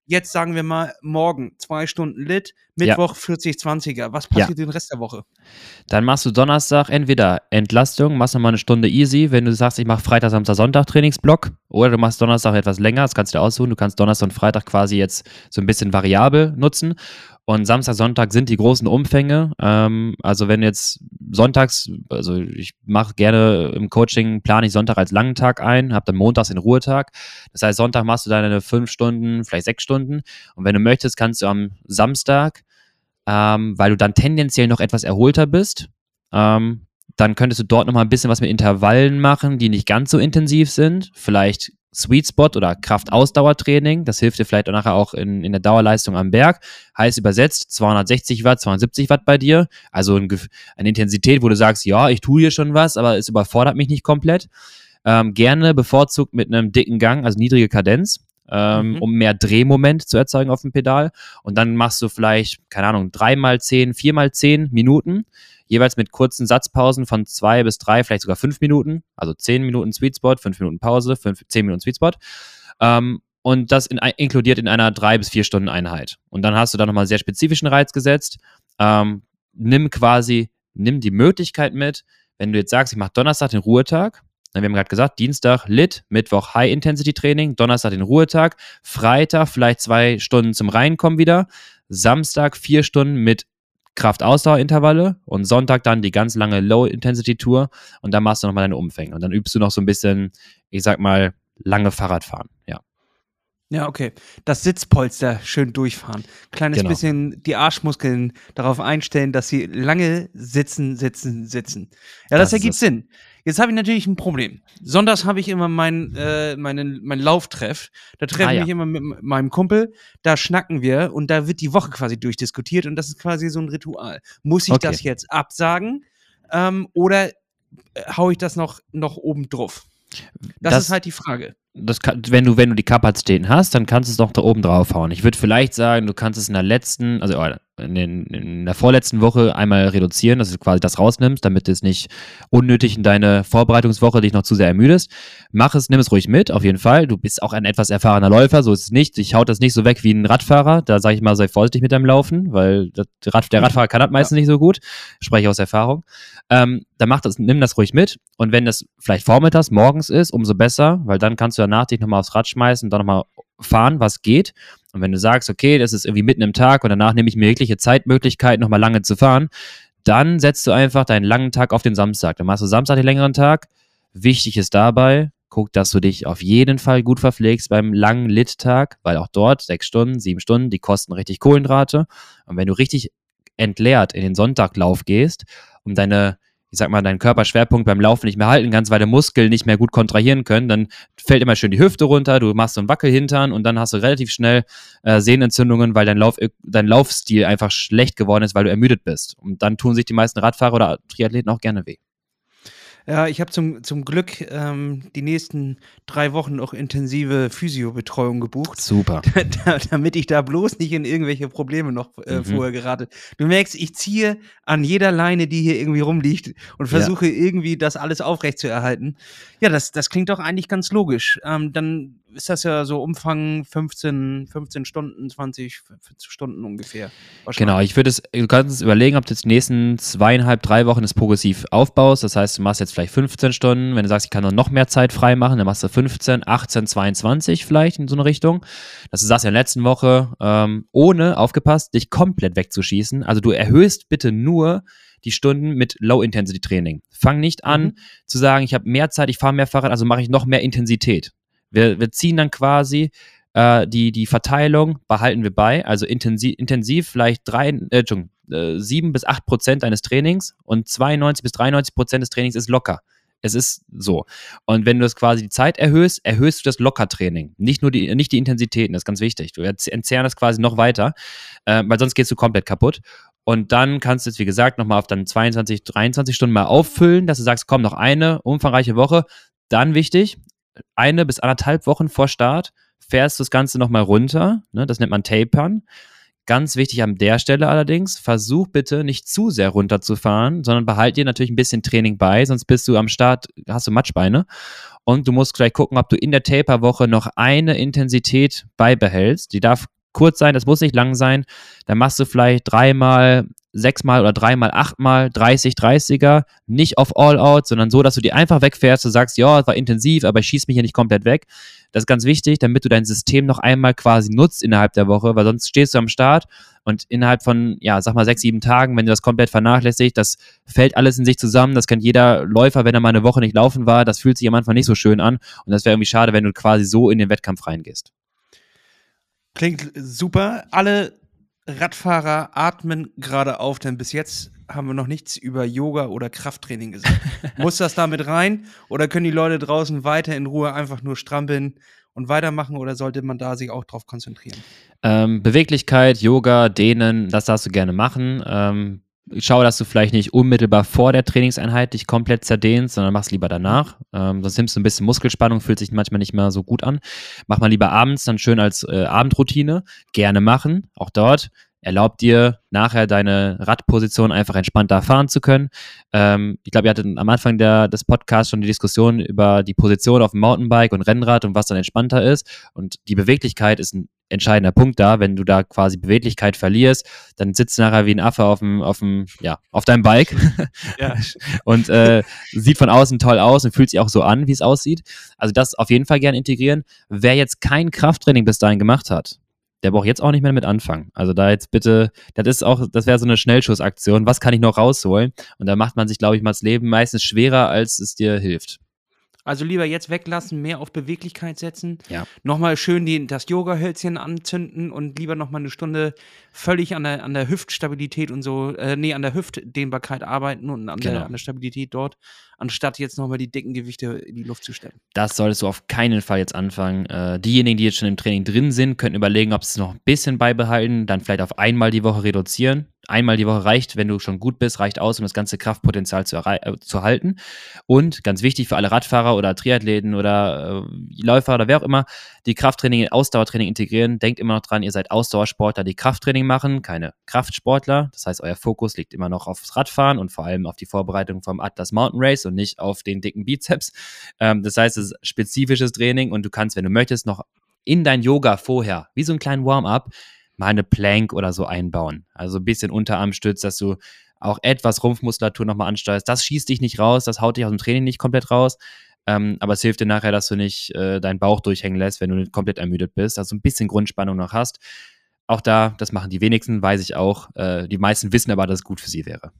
jetzt sagen wir mal morgen zwei Stunden Lit, Mittwoch ja. vierzig zwanziger. Was passiert ja. den Rest der Woche? Dann machst du Donnerstag entweder Entlastung, machst nochmal eine Stunde easy, wenn du sagst, ich mache Freitag, Samstag, Sonntag Trainingsblock, oder du machst Donnerstag etwas länger, das kannst du dir aussuchen, du kannst Donnerstag und Freitag quasi jetzt so ein bisschen variabel nutzen. Und Samstag, Sonntag sind die großen Umfänge. Ähm, also wenn jetzt sonntags, also ich mache gerne im Coaching, plane ich Sonntag als langen Tag ein, habe dann montags den Ruhetag. Das heißt, Sonntag machst du deine fünf Stunden, vielleicht sechs Stunden. Und wenn du möchtest, kannst du am Samstag, ähm, weil du dann tendenziell noch etwas erholter bist, ähm, dann könntest du dort nochmal ein bisschen was mit Intervallen machen, die nicht ganz so intensiv sind. Vielleicht Sweet Spot oder Kraft-Ausdauertraining. Das hilft dir vielleicht auch nachher auch in, in der Dauerleistung am Berg. Heißt übersetzt zweihundertsechzig Watt, zweihundertsiebzig Watt bei dir. Also ein, eine Intensität, wo du sagst, ja, ich tue hier schon was, aber es überfordert mich nicht komplett. Ähm, gerne bevorzugt mit einem dicken Gang, also niedrige Kadenz, ähm, mhm. um mehr Drehmoment zu erzeugen auf dem Pedal. Und dann machst du vielleicht, keine Ahnung, drei mal zehn, vier mal zehn Minuten. Jeweils mit kurzen Satzpausen von zwei bis drei, vielleicht sogar fünf Minuten. Also zehn Minuten Sweet Spot, fünf Minuten Pause, fünf, zehn Minuten Sweet Spot. Ähm, und das in, inkludiert in einer drei bis vier Stunden Einheit. Und dann hast du da nochmal einen sehr spezifischen Reiz gesetzt. Ähm, nimm quasi, nimm die Möglichkeit mit, wenn du jetzt sagst, ich mache Donnerstag den Ruhetag. Wir haben gerade gesagt, Dienstag Lit, Mittwoch High-Intensity-Training, Donnerstag den Ruhetag, Freitag vielleicht zwei Stunden zum Reinkommen wieder, Samstag vier Stunden mit Kraft-Ausdauer-Intervalle und Sonntag dann die ganz lange Low-Intensity-Tour und dann machst du nochmal deine Umfänge und dann übst du noch so ein bisschen, ich sag mal, lange Fahrradfahren, ja. Ja, okay. Das Sitzpolster schön durchfahren. Kleines genau. bisschen die Arschmuskeln darauf einstellen, dass sie lange sitzen, sitzen, sitzen. Ja, das, das ergibt Sinn. Jetzt habe ich natürlich ein Problem. Sonntags habe ich immer mein, äh, meinen, mein Lauftreff. Da treffe ich ah, ja. mich immer mit meinem Kumpel. Da schnacken wir und da wird die Woche quasi durchdiskutiert und das ist quasi so ein Ritual. Muss ich okay. das jetzt absagen ähm, oder haue ich das noch, noch oben drauf? Das, das ist halt die Frage. Das kann, wenn du, wenn du die Kapazitäten hast, dann kannst du es doch da oben drauf hauen. Ich würde vielleicht sagen, du kannst es in der letzten, also in, den, in der vorletzten Woche einmal reduzieren, dass du quasi das rausnimmst, damit du es nicht unnötig in deine Vorbereitungswoche dich noch zu sehr ermüdest. Mach es, nimm es ruhig mit, auf jeden Fall. Du bist auch ein etwas erfahrener Läufer, so ist es nicht. Ich hau das nicht so weg wie ein Radfahrer. Da sage ich mal, sei vorsichtig mit deinem Laufen, weil das Rad, der Radfahrer kann das meistens ja. nicht so gut. Spreche ich aus Erfahrung. Ähm, dann mach das, nimm das ruhig mit. Und wenn das vielleicht vormittags, morgens ist, umso besser, weil dann kannst du danach dich nochmal aufs Rad schmeißen und dann nochmal fahren, was geht. Und wenn du sagst, okay, das ist irgendwie mitten im Tag und danach nehme ich mir jegliche Zeitmöglichkeit, nochmal lange zu fahren, dann setzt du einfach deinen langen Tag auf den Samstag. Dann machst du Samstag den längeren Tag. Wichtig ist dabei, guck, dass du dich auf jeden Fall gut verpflegst beim langen Lit-Tag, weil auch dort sechs Stunden, sieben Stunden, die kosten richtig Kohlenhydrate. Und wenn du richtig entleert in den Sonntaglauf gehst und deine ich sag mal, deinen Körperschwerpunkt beim Laufen nicht mehr halten kannst, weil deine Muskeln nicht mehr gut kontrahieren können, dann fällt immer schön die Hüfte runter, du machst so einen Wackelhintern und dann hast du relativ schnell äh, Sehnenentzündungen, weil dein, Lauf, dein Laufstil einfach schlecht geworden ist, weil du ermüdet bist. Und dann tun sich die meisten Radfahrer oder Triathleten auch gerne weh. Ja, ich habe zum, zum Glück ähm, die nächsten drei Wochen auch intensive Physiobetreuung gebucht. Super. Da, damit ich da bloß nicht in irgendwelche Probleme noch äh, mhm. vorher gerate. Du merkst, ich ziehe an jeder Leine, die hier irgendwie rumliegt und versuche ja. irgendwie das alles aufrechtzuerhalten. Ja, das, das klingt doch eigentlich ganz logisch. Ähm, dann ist das ja so Umfang fünfzehn, fünfzehn Stunden, zwanzig Stunden ungefähr. Genau, ich würde es, du kannst es überlegen, ob du jetzt die nächsten zweieinhalb, drei Wochen das progressiv aufbaust. Das heißt, du machst jetzt vielleicht fünfzehn Stunden. Wenn du sagst, ich kann noch mehr Zeit frei machen, dann machst du fünfzehn, achtzehn, zweiundzwanzig vielleicht in so eine Richtung. Dass du sagst in der letzten Woche, ähm, ohne, aufgepasst, dich komplett wegzuschießen. Also du erhöhst bitte nur die Stunden mit Low-Intensity-Training. Fang nicht an mhm. zu sagen, ich habe mehr Zeit, ich fahre mehr Fahrrad, also mache ich noch mehr Intensität. Wir, wir ziehen dann quasi äh, die, die Verteilung, behalten wir bei, also intensiv, intensiv vielleicht drei, äh, äh, sieben bis acht Prozent deines Trainings und zweiundneunzig bis dreiundneunzig Prozent des Trainings ist locker. Es ist so. Und wenn du das quasi die Zeit erhöhst, erhöhst du das Lockertraining. Nicht nur die, nicht die Intensitäten, das ist ganz wichtig. Du entzerren das quasi noch weiter, äh, weil sonst gehst du komplett kaputt. Und dann kannst du jetzt, wie gesagt, nochmal auf dann zweiundzwanzig, dreiundzwanzig Stunden mal auffüllen, dass du sagst, komm, noch eine umfangreiche Woche. Dann wichtig, eine bis anderthalb Wochen vor Start fährst du das Ganze nochmal runter. Ne? Das nennt man Tapern. Ganz wichtig an der Stelle allerdings, versuch bitte nicht zu sehr runterzufahren, sondern behalt dir natürlich ein bisschen Training bei, sonst bist du am Start, hast du Matschbeine. Und du musst gleich gucken, ob du in der Taper-Woche noch eine Intensität beibehältst. Die darf kurz sein, das muss nicht lang sein. Dann machst du vielleicht dreimal, sechsmal oder dreimal, achtmal, dreißig, dreißiger, nicht auf All-Out, sondern so, dass du die einfach wegfährst, du sagst, ja, es war intensiv, aber ich schieße mich hier nicht komplett weg. Das ist ganz wichtig, damit du dein System noch einmal quasi nutzt innerhalb der Woche, weil sonst stehst du am Start und innerhalb von, ja, sag mal sechs, sieben Tagen, wenn du das komplett vernachlässigst, das fällt alles in sich zusammen, das kennt jeder Läufer, wenn er mal eine Woche nicht laufen war, das fühlt sich am Anfang nicht so schön an und das wäre irgendwie schade, wenn du quasi so in den Wettkampf reingehst. Klingt super. Alle Radfahrer atmen gerade auf, denn bis jetzt haben wir noch nichts über Yoga oder Krafttraining gesagt. Muss das da mit rein oder können die Leute draußen weiter in Ruhe einfach nur strampeln und weitermachen oder sollte man da sich auch drauf konzentrieren? Ähm, Beweglichkeit, Yoga, Dehnen, das darfst du gerne machen. Ähm, schau, dass du vielleicht nicht unmittelbar vor der Trainingseinheit dich komplett zerdehnst, sondern mach's lieber danach. Ähm, sonst nimmst du ein bisschen Muskelspannung, fühlt sich manchmal nicht mehr so gut an. Mach mal lieber abends, dann schön als äh, Abendroutine. Gerne machen, auch dort. Erlaubt dir, nachher deine Radposition einfach entspannter fahren zu können. Ähm, ich glaube, ihr hattet am Anfang der, des Podcasts schon die Diskussion über die Position auf dem Mountainbike und Rennrad und was dann entspannter ist. Und die Beweglichkeit ist ein entscheidender Punkt da. Wenn du da quasi Beweglichkeit verlierst, dann sitzt du nachher wie ein Affe auf dem, auf dem, ja, auf deinem Bike. Ja. Und äh, sieht von außen toll aus und fühlt sich auch so an, wie es aussieht. Also das auf jeden Fall gerne integrieren. Wer jetzt kein Krafttraining bis dahin gemacht hat, der braucht jetzt auch nicht mehr mit anfangen. Also da jetzt bitte, das ist auch, das wäre so eine Schnellschussaktion. Was kann ich noch rausholen? Und da macht man sich, glaube ich, mal das Leben meistens schwerer, als es dir hilft. Also lieber jetzt weglassen, mehr auf Beweglichkeit setzen. Ja. Nochmal schön die, das Yoga-Hölzchen anzünden und lieber nochmal eine Stunde völlig an der, an der Hüftstabilität und so, äh, nee, an der Hüftdehnbarkeit arbeiten und an, Genau. der, an der Stabilität dort, anstatt jetzt nochmal die dicken Gewichte in die Luft zu stellen. Das solltest du auf keinen Fall jetzt anfangen. Äh, diejenigen, die jetzt schon im Training drin sind, könnten überlegen, ob sie es noch ein bisschen beibehalten, dann vielleicht auf einmal die Woche reduzieren. Einmal die Woche reicht, wenn du schon gut bist, reicht aus, um das ganze Kraftpotenzial zu, äh, zu halten. Und ganz wichtig für alle Radfahrer oder Triathleten oder äh, Läufer oder wer auch immer, die Krafttraining in Ausdauertraining integrieren. Denkt immer noch dran, ihr seid Ausdauersportler, die Krafttraining machen, keine Kraftsportler. Das heißt, euer Fokus liegt immer noch aufs Radfahren und vor allem auf die Vorbereitung vom Atlas Mountain Race und nicht auf den dicken Bizeps. Ähm, das heißt, es ist spezifisches Training und du kannst, wenn du möchtest, noch in dein Yoga vorher, wie so einen kleinen Warm-up, mal eine Plank oder so einbauen. Also ein bisschen Unterarmstütz, dass du auch etwas Rumpfmuskulatur nochmal ansteuerst. Das schießt dich nicht raus, das haut dich aus dem Training nicht komplett raus. Ähm, aber es hilft dir nachher, dass du nicht äh, deinen Bauch durchhängen lässt, wenn du nicht komplett ermüdet bist. Also ein bisschen Grundspannung noch hast. Auch da, das machen die wenigsten, weiß ich auch. Äh, die meisten wissen aber, dass es gut für sie wäre.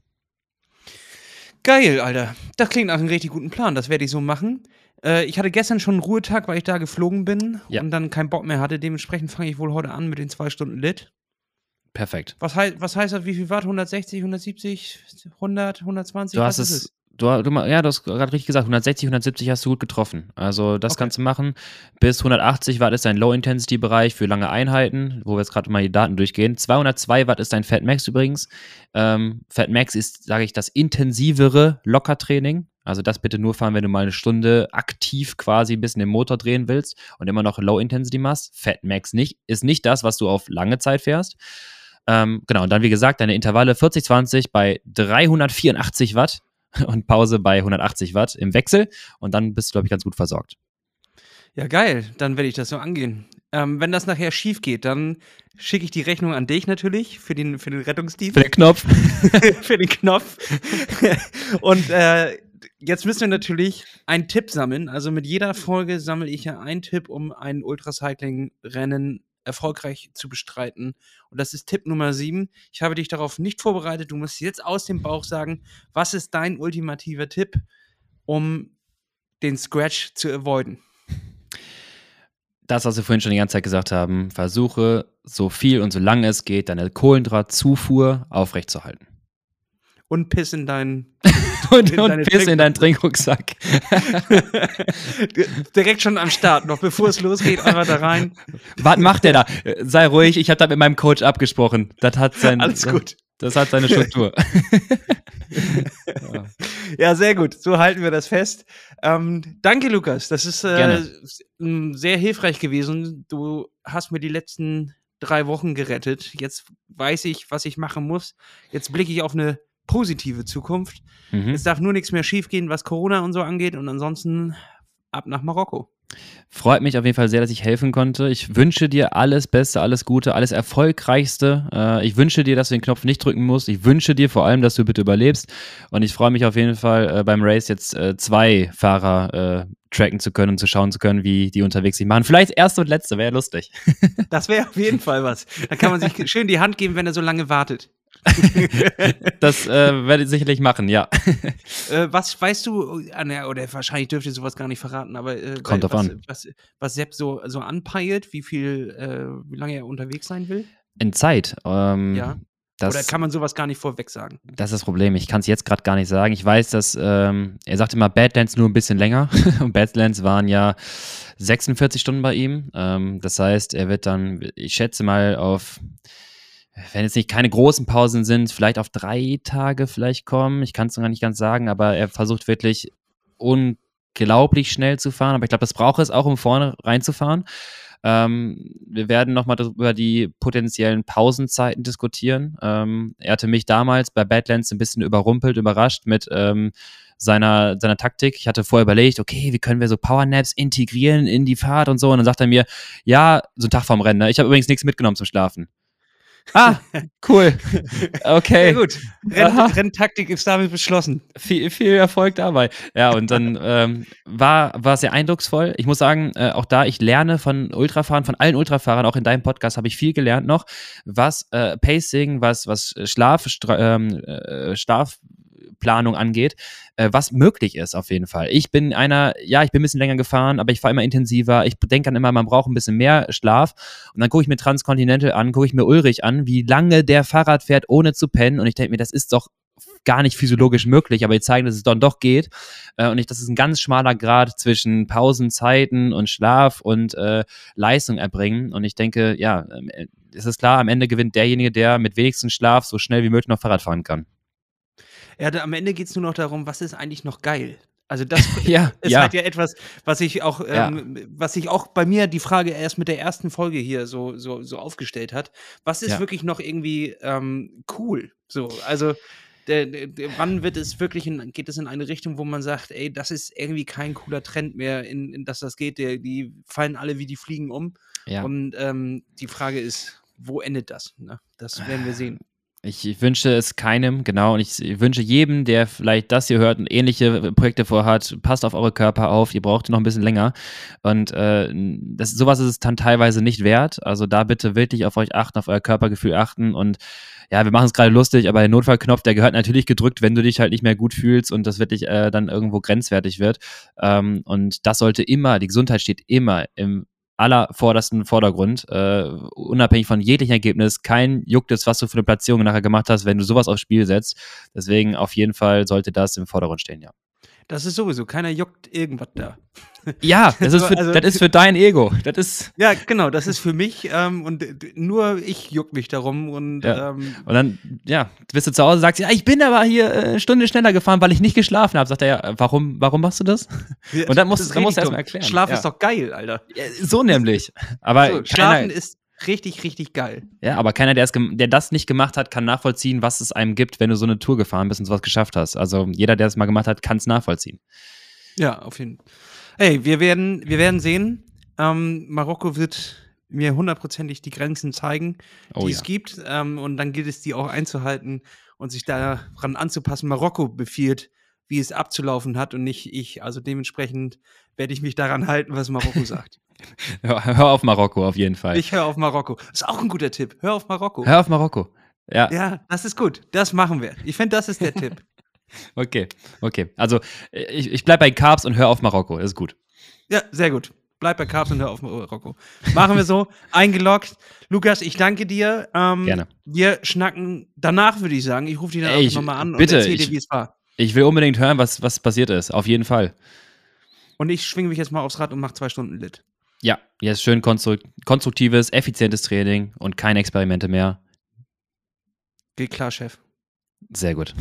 Geil, Alter. Das klingt nach einem richtig guten Plan. Das werde ich so machen. Äh, ich hatte gestern schon einen Ruhetag, weil ich da geflogen bin Ja. und dann keinen Bock mehr hatte. Dementsprechend fange ich wohl heute an mit den zwei Stunden Lit. Perfekt. Was, hei was heißt das? Wie viel Watt? hundertsechzig, hundertsiebzig, hundert, hundertzwanzig? Du Was hast ist es, du, du, ja, du hast gerade richtig gesagt, hundertsechzig, hundertsiebzig hast du gut getroffen. Also das Okay. kannst du machen. Bis hundertachtzig Watt ist dein Low-Intensity-Bereich für lange Einheiten, wo wir jetzt gerade mal die Daten durchgehen. zweihundertzwei Watt ist dein Fat Max übrigens. Ähm, Fat Max ist, sage ich, das intensivere Lockertraining. Also das bitte nur fahren, wenn du mal eine Stunde aktiv quasi ein bisschen den Motor drehen willst und immer noch Low-Intensity machst. Fat Max nicht, ist nicht das, was du auf lange Zeit fährst. Ähm, genau, und dann wie gesagt, deine Intervalle vierzig zwanzig bei dreihundertvierundachtzig Watt und Pause bei hundertachtzig Watt im Wechsel und dann bist du, glaube ich, ganz gut versorgt. Ja, geil. Dann werde ich das so angehen. Ähm, wenn das nachher schief geht, dann schicke ich die Rechnung an dich natürlich für den, für den Rettungsdienst. Für den Knopf. Für den Knopf. Und äh, jetzt müssen wir natürlich einen Tipp sammeln. Also mit jeder Folge sammle ich ja einen Tipp, um ein Ultracycling-Rennen erfolgreich zu bestreiten. Und das ist Tipp Nummer sieben. Ich habe dich darauf nicht vorbereitet. Du musst jetzt aus dem Bauch sagen, was ist dein ultimativer Tipp, um den Scratch zu avoiden? Das, was wir vorhin schon die ganze Zeit gesagt haben, versuche so viel und so lange es geht, deine Kohlenhydratzufuhr aufrechtzuerhalten. Und piss in deinen Und, in und deine piss in Trink- deinen Trinkrucksack. Direkt schon am Start, noch bevor es losgeht, einfach da rein. Was macht der da? Sei ruhig, ich habe das mit meinem Coach abgesprochen. Das hat sein, Alles gut. Das hat seine Struktur. Ja. Ja, sehr gut. So halten wir das fest. Ähm, danke, Lukas. Das ist äh, Gerne. m, sehr hilfreich gewesen. Du hast mir die letzten drei Wochen gerettet. Jetzt weiß ich, was ich machen muss. Jetzt blicke ich auf eine positive Zukunft. Mhm. Es darf nur nichts mehr schiefgehen, was Corona und so angeht. Und ansonsten ab nach Marokko. Freut mich auf jeden Fall sehr, dass ich helfen konnte. Ich wünsche dir alles Beste, alles Gute, alles Erfolgreichste. Äh, ich wünsche dir, dass du den Knopf nicht drücken musst. Ich wünsche dir vor allem, dass du bitte überlebst. Und ich freue mich auf jeden Fall äh, beim Race jetzt äh, zwei Fahrer äh, tracken zu können und zu schauen zu können, wie die unterwegs sich machen. Vielleicht erste und letzte, wäre ja lustig. Das wäre auf jeden Fall was. Da kann man sich schön die Hand geben, wenn er so lange wartet. Das äh, werde ich sicherlich machen, ja. Äh, was weißt du, ah, na, oder wahrscheinlich dürfte ich sowas gar nicht verraten, aber äh, Kommt drauf was, an. was, was Sepp so, so anpeilt, wie viel, äh, wie lange er unterwegs sein will? In Zeit. Ähm, Ja. das, Oder kann man sowas gar nicht vorweg sagen? Das ist das Problem. Ich kann es jetzt gerade gar nicht sagen. Ich weiß, dass ähm, er sagte immer Badlands nur ein bisschen länger. Und Badlands waren ja sechsundvierzig Stunden bei ihm. Ähm, das heißt, er wird dann, ich schätze mal auf, wenn jetzt nicht keine großen Pausen sind, vielleicht auf drei Tage vielleicht kommen. Ich kann es noch gar nicht ganz sagen, aber er versucht wirklich unglaublich schnell zu fahren. Aber ich glaube, das braucht es auch, um vorne reinzufahren. Ähm, wir werden nochmal über die potenziellen Pausenzeiten diskutieren. Ähm, er hatte mich damals bei Badlands ein bisschen überrumpelt, überrascht mit ähm, seiner, seiner Taktik. Ich hatte vorher überlegt, okay, wie können wir so Powernaps integrieren in die Fahrt und so. Und dann sagt er mir, ja, so ein Tag vorm Rennen. Ne? Ich habe übrigens nichts mitgenommen zum Schlafen. Ah, cool. Okay. Ja gut, Renn, Renntaktik ist damit beschlossen. Viel, viel Erfolg dabei. Ja, und dann ähm, war, war sehr eindrucksvoll. Ich muss sagen, äh, auch da, ich lerne von Ultrafahrern, von allen Ultrafahrern, auch in deinem Podcast habe ich viel gelernt noch, was äh, Pacing, was, was Schlaf, Stra ähm, äh, Schlafplanung angeht, äh, was möglich ist auf jeden Fall. Ich bin einer, ja, ich bin ein bisschen länger gefahren, aber ich fahre immer intensiver. Ich denke dann immer, man braucht ein bisschen mehr Schlaf. Und dann gucke ich mir Transcontinental an, gucke ich mir Ulrich an, wie lange der Fahrrad fährt, ohne zu pennen. Und ich denke mir, das ist doch gar nicht physiologisch möglich, aber die zeigen, dass es dann doch geht. Äh, und ich, das ist ein ganz schmaler Grad zwischen Pausenzeiten und Schlaf und äh, Leistung erbringen. Und ich denke, ja, äh, es ist klar, am Ende gewinnt derjenige, der mit wenigstem Schlaf so schnell wie möglich noch Fahrrad fahren kann. Ja, da, am Ende geht es nur noch darum, was ist eigentlich noch geil? Also das ja, ist ja. halt ja etwas, was ich auch, ähm, ja. was sich auch bei mir die Frage erst mit der ersten Folge hier so, so, so aufgestellt hat. Was ist ja. wirklich noch irgendwie ähm, cool? So, also der, der, der, wann wird es wirklich in, geht es in eine Richtung, wo man sagt, ey, das ist irgendwie kein cooler Trend mehr, in, in das das geht. Der, die fallen alle wie die Fliegen um. Ja. Und ähm, die Frage ist, wo endet das? Ne? Das werden wir sehen. Ich, ich wünsche es keinem, genau, und ich wünsche jedem, der vielleicht das hier hört und ähnliche Projekte vorhat, passt auf eure Körper auf, ihr braucht noch ein bisschen länger und äh, das, sowas ist es dann teilweise nicht wert, also da bitte wirklich auf euch achten, auf euer Körpergefühl achten und ja, wir machen es gerade lustig, aber der Notfallknopf, der gehört natürlich gedrückt, wenn du dich halt nicht mehr gut fühlst und das wirklich äh, dann irgendwo grenzwertig wird ähm, und das sollte immer, die Gesundheit steht immer im allervordersten Vordergrund, äh, unabhängig von jeglichem Ergebnis, kein juckt es, was du für eine Platzierung nachher gemacht hast, wenn du sowas aufs Spiel setzt. Deswegen auf jeden Fall sollte das im Vordergrund stehen, ja. Das ist sowieso, keiner juckt irgendwas da. Ja, das ist für, also, das ist für dein Ego. Das ist ja, genau, das ist für mich ähm, und nur ich juck mich darum. Und, ja. ähm, und dann, ja, bist du zu Hause und sagst, ja, ich bin aber hier eine Stunde schneller gefahren, weil ich nicht geschlafen habe. Sagt er, ja, warum, warum machst du das? Ja, und dann musst, dann musst du erstmal erklären. Schlaf ja. ist doch geil, Alter. Ja, so nämlich. Aber so, Schlafen ist richtig, richtig geil. Ja, aber keiner, der, es der das nicht gemacht hat, kann nachvollziehen, was es einem gibt, wenn du so eine Tour gefahren bist und sowas geschafft hast. Also jeder, der es mal gemacht hat, kann es nachvollziehen. Ja, auf jeden Fall. Hey, wir werden, wir werden sehen. Ähm, Marokko wird mir hundertprozentig die Grenzen zeigen, die oh, es ja. gibt. Ähm, und dann gilt es, die auch einzuhalten und sich daran anzupassen. Marokko befiehlt, wie es abzulaufen hat und nicht ich. Also dementsprechend werde ich mich daran halten, was Marokko sagt. Hör, hör auf Marokko, auf jeden Fall. Ich höre auf Marokko. Das ist auch ein guter Tipp. Hör auf Marokko. Hör auf Marokko. Ja, ja, das ist gut. Das machen wir. Ich finde, das ist der Tipp. Okay, okay. Also ich, ich bleib bei Carbs und hör auf Marokko. Das ist gut. Ja, sehr gut. Bleib bei Carbs und hör auf Marokko. Machen wir so. Eingeloggt. Lukas, ich danke dir. Ähm, Gerne. Wir schnacken danach, würde ich sagen. Ich rufe dich dann Ey, auch nochmal an bitte, und erzähle dir, ich, wie es war. Ich will unbedingt hören, was, was passiert ist. Auf jeden Fall. Und ich schwinge mich jetzt mal aufs Rad und mache zwei Stunden Lit. Ja, jetzt schön konstruktives, effizientes Training und keine Experimente mehr. Geht klar, Chef. Sehr gut.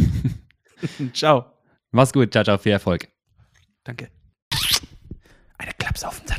Ciao. Mach's gut. Ciao, ciao. Viel Erfolg. Danke. Eine Klaps auf den